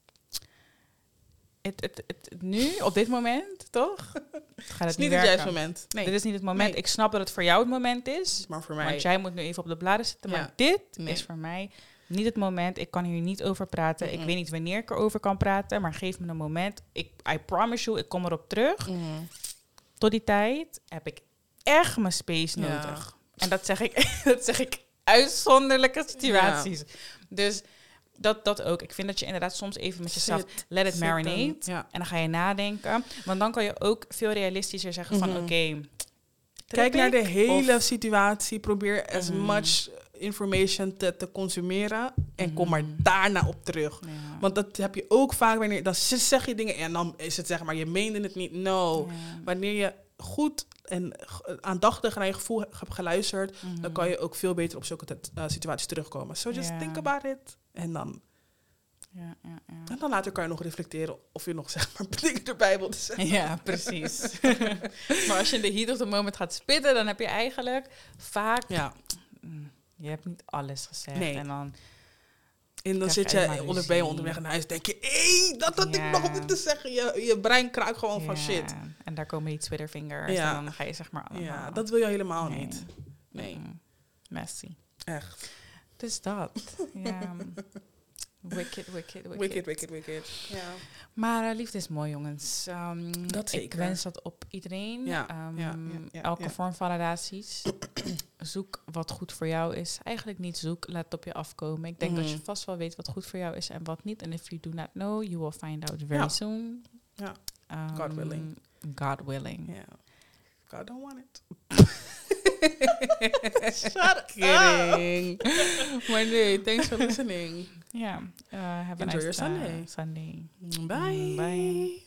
[SPEAKER 2] Het, het, het, het, nu, op dit moment, toch? Het gaat het
[SPEAKER 1] Het is
[SPEAKER 2] niet
[SPEAKER 1] niet het
[SPEAKER 2] werken.
[SPEAKER 1] juiste moment. Nee.
[SPEAKER 2] Dit is niet het moment.
[SPEAKER 1] Nee.
[SPEAKER 2] Ik snap dat het voor jou het moment is.
[SPEAKER 1] Maar voor mij...
[SPEAKER 2] Want jij moet nu even op de bladen zitten. Maar
[SPEAKER 1] Ja.
[SPEAKER 2] dit
[SPEAKER 1] Nee.
[SPEAKER 2] is voor mij niet het moment. Ik kan hier niet over praten.
[SPEAKER 1] Mm-mm.
[SPEAKER 2] Ik weet niet wanneer ik erover kan praten. Maar geef me een moment. Ik, I promise you, ik kom erop terug.
[SPEAKER 1] Mm.
[SPEAKER 2] Tot die tijd heb ik echt mijn space
[SPEAKER 1] Ja.
[SPEAKER 2] nodig. En dat zeg ik, dat zeg ik uitzonderlijke situaties. Dus dat, dat ook. Ik vind dat je inderdaad soms even met jezelf...
[SPEAKER 1] Zit,
[SPEAKER 2] let it
[SPEAKER 1] zitten.
[SPEAKER 2] marinate.
[SPEAKER 1] Ja.
[SPEAKER 2] En dan ga je nadenken. Want dan kan je ook veel realistischer zeggen van...
[SPEAKER 1] Mhm.
[SPEAKER 2] oké, okay,
[SPEAKER 1] Kijk naar de hele
[SPEAKER 2] Of-
[SPEAKER 1] situatie. Probeer as
[SPEAKER 2] Mhm.
[SPEAKER 1] much information te, te consumeren. En kom maar
[SPEAKER 2] Mhm.
[SPEAKER 1] daarna op terug.
[SPEAKER 2] Ja.
[SPEAKER 1] Want dat heb je ook vaak wanneer... Dan zeg je dingen en dan is het zeg maar... Je meende het niet. No.
[SPEAKER 2] Ja.
[SPEAKER 1] Wanneer je goed en g- aandachtig naar je gevoel hebt geluisterd...
[SPEAKER 2] Mhm.
[SPEAKER 1] dan kan je ook veel beter op zulke t- uh, situaties terugkomen. So just
[SPEAKER 2] Ja.
[SPEAKER 1] think about it. En dan,
[SPEAKER 2] Ja, ja, ja.
[SPEAKER 1] en dan later kan je nog reflecteren... of je nog zeg maar dingen erbij wilt zeggen.
[SPEAKER 2] Ja, precies. Maar als je in de heat of the moment gaat spitten... dan heb je eigenlijk vaak...
[SPEAKER 1] Ja.
[SPEAKER 2] Mm, je hebt niet alles gezegd.
[SPEAKER 1] Nee.
[SPEAKER 2] En dan...
[SPEAKER 1] En dan
[SPEAKER 2] Krijg
[SPEAKER 1] zit
[SPEAKER 2] je
[SPEAKER 1] je
[SPEAKER 2] helemaal
[SPEAKER 1] onder, ben je
[SPEAKER 2] ruzie.
[SPEAKER 1] onderweg naar huis... denk je... hé, dat had
[SPEAKER 2] Ja.
[SPEAKER 1] ik nog moeten zeggen. Je, je brein kraakt gewoon van
[SPEAKER 2] Ja,
[SPEAKER 1] shit.
[SPEAKER 2] En daar komen die Twittervingers.
[SPEAKER 1] Ja.
[SPEAKER 2] En dan ga je zeg maar allemaal...
[SPEAKER 1] Ja, dat wil je helemaal
[SPEAKER 2] Nee.
[SPEAKER 1] niet. Nee,
[SPEAKER 2] Mm, messy.
[SPEAKER 1] echt.
[SPEAKER 2] Dus dat. Ja. Wicked, wicked, wicked.
[SPEAKER 1] Wicked, wicked, wicked. Ja.
[SPEAKER 2] Maar uh, liefde is mooi, jongens. Um,
[SPEAKER 1] Dat
[SPEAKER 2] Ik
[SPEAKER 1] zeker.
[SPEAKER 2] wens dat op iedereen.
[SPEAKER 1] Ja,
[SPEAKER 2] Um,
[SPEAKER 1] ja, ja, ja,
[SPEAKER 2] elke
[SPEAKER 1] ja.
[SPEAKER 2] vorm van relaties. Zoek wat goed voor jou is. Eigenlijk niet zoek, laat het op je afkomen. Ik denk
[SPEAKER 1] Mhm.
[SPEAKER 2] dat je vast wel weet wat goed voor jou is en wat niet. En if you do not know, you will find out very
[SPEAKER 1] Ja.
[SPEAKER 2] soon.
[SPEAKER 1] Ja.
[SPEAKER 2] Um,
[SPEAKER 1] God willing.
[SPEAKER 2] God willing.
[SPEAKER 1] Ja. God don't want it.
[SPEAKER 2] Shut
[SPEAKER 1] Kidding. Maar nee, thanks for listening.
[SPEAKER 2] Ja, uh, have a
[SPEAKER 1] Enjoy
[SPEAKER 2] nice
[SPEAKER 1] your
[SPEAKER 2] uh,
[SPEAKER 1] Sunday.
[SPEAKER 2] Sunday.
[SPEAKER 1] Bye.
[SPEAKER 2] Bye.